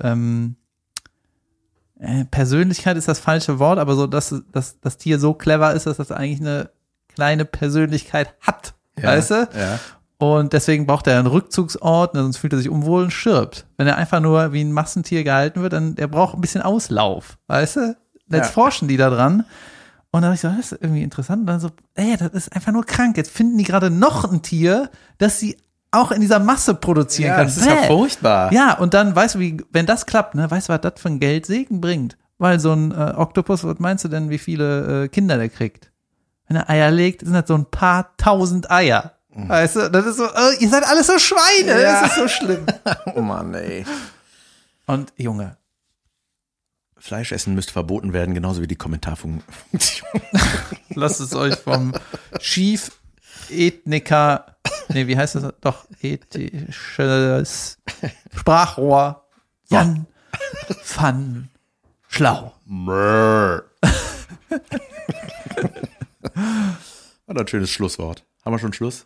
Persönlichkeit ist das falsche Wort, aber so, dass das Tier so clever ist, dass das eigentlich eine kleine Persönlichkeit hat, weißt du? Ja. Und deswegen braucht er einen Rückzugsort, sonst fühlt er sich unwohl und stirbt. Wenn er einfach nur wie ein Massentier gehalten wird, dann der braucht ein bisschen Auslauf, weißt du? Jetzt forschen die da dran. Und dann habe ich so, das ist irgendwie interessant. Und dann so, das ist einfach nur krank. Jetzt finden die gerade noch ein Tier, das sie auch in dieser Masse produzieren kann. Das ist ja furchtbar. Ja, und dann, weißt du, wenn das klappt, ne, weißt du, was das für ein Geldsegen bringt? Weil so ein Oktopus, was meinst du denn, wie viele Kinder der kriegt? Wenn er Eier legt, sind das so ein paar tausend Eier. Weißt du, das ist so, ihr seid alles so Schweine, Ja. das ist so schlimm. Oh Mann, ey. Und Junge, Fleisch essen müsste verboten werden, genauso wie die Kommentarfunktion. lasst es euch vom Chief-Ethniker, wie heißt das doch, ethisches Sprachrohr Jan van Schlau. War ein schönes Schlusswort. Haben wir schon Schluss?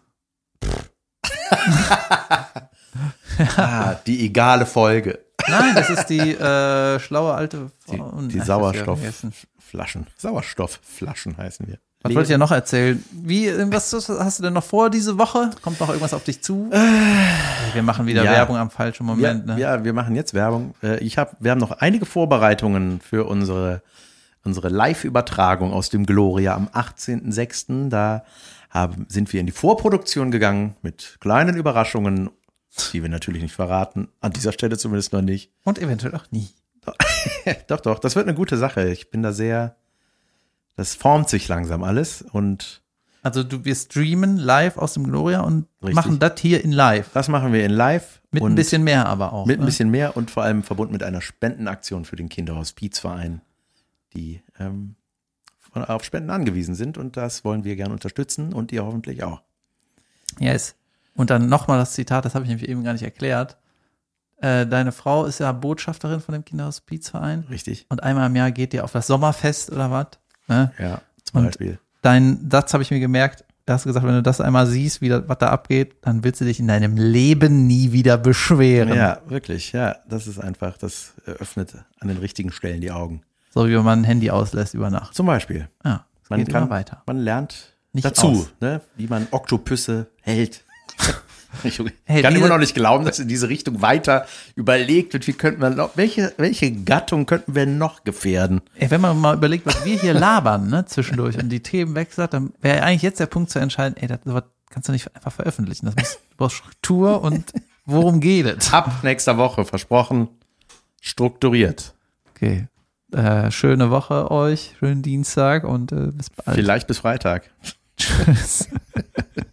Die egale Folge. Nein, das ist die schlaue alte Frau. Die Sauerstoffflaschen. Sauerstoffflaschen heißen wir. Was wollte ich ja noch erzählen? Was hast du denn noch vor diese Woche? Kommt noch irgendwas auf dich zu? Wir machen wieder Werbung am falschen Moment. Ne? Ja, wir machen jetzt Werbung. Wir haben noch einige Vorbereitungen für unsere Live-Übertragung aus dem Gloria am 18.06. Da sind wir in die Vorproduktion gegangen mit kleinen Überraschungen, die wir natürlich nicht verraten. An dieser Stelle zumindest noch nicht. Und eventuell auch nie. Doch, das wird eine gute Sache. Ich bin da das formt sich langsam alles und also wir streamen live aus dem Gloria und Richtig. machen das hier in live. das machen wir in live. Mit und ein bisschen mehr aber auch. Mit ein bisschen mehr und vor allem verbunden mit einer Spendenaktion für den Kinderhospizverein, die auf Spenden angewiesen sind und das wollen wir gerne unterstützen und ihr hoffentlich auch. Yes. Und dann nochmal das Zitat, das habe ich nämlich eben gar nicht erklärt. Deine Frau ist ja Botschafterin von dem Kinderhospizverein. Richtig. Und einmal im Jahr geht ihr auf das Sommerfest oder was? Ne? Ja, zum Beispiel. Dein Satz habe ich mir gemerkt, da hast du gesagt, wenn du das einmal siehst, was da abgeht, dann willst du dich in deinem Leben nie wieder beschweren. Ja, wirklich. Ja, das ist einfach, das öffnet an den richtigen Stellen die Augen. So wie wenn man ein Handy auslässt über Nacht. Zum Beispiel. Ja, es geht immer weiter. Man lernt Nicht dazu, aus. ne, wie man Oktopüsse hält. Ich Hey, kann immer noch nicht glauben, dass in diese Richtung weiter überlegt wird, wie könnten wir noch, welche Gattung könnten wir noch gefährden? Ey, wenn man mal überlegt, was wir hier labern, ne, zwischendurch und die Themen wechseln, dann wäre eigentlich jetzt der Punkt zu entscheiden, sowas kannst du nicht einfach veröffentlichen. Du brauchst Struktur und worum geht es? Ab nächster Woche, versprochen, strukturiert. Okay. Schöne Woche euch, schönen Dienstag und bis bald. Vielleicht bis Freitag. Tschüss.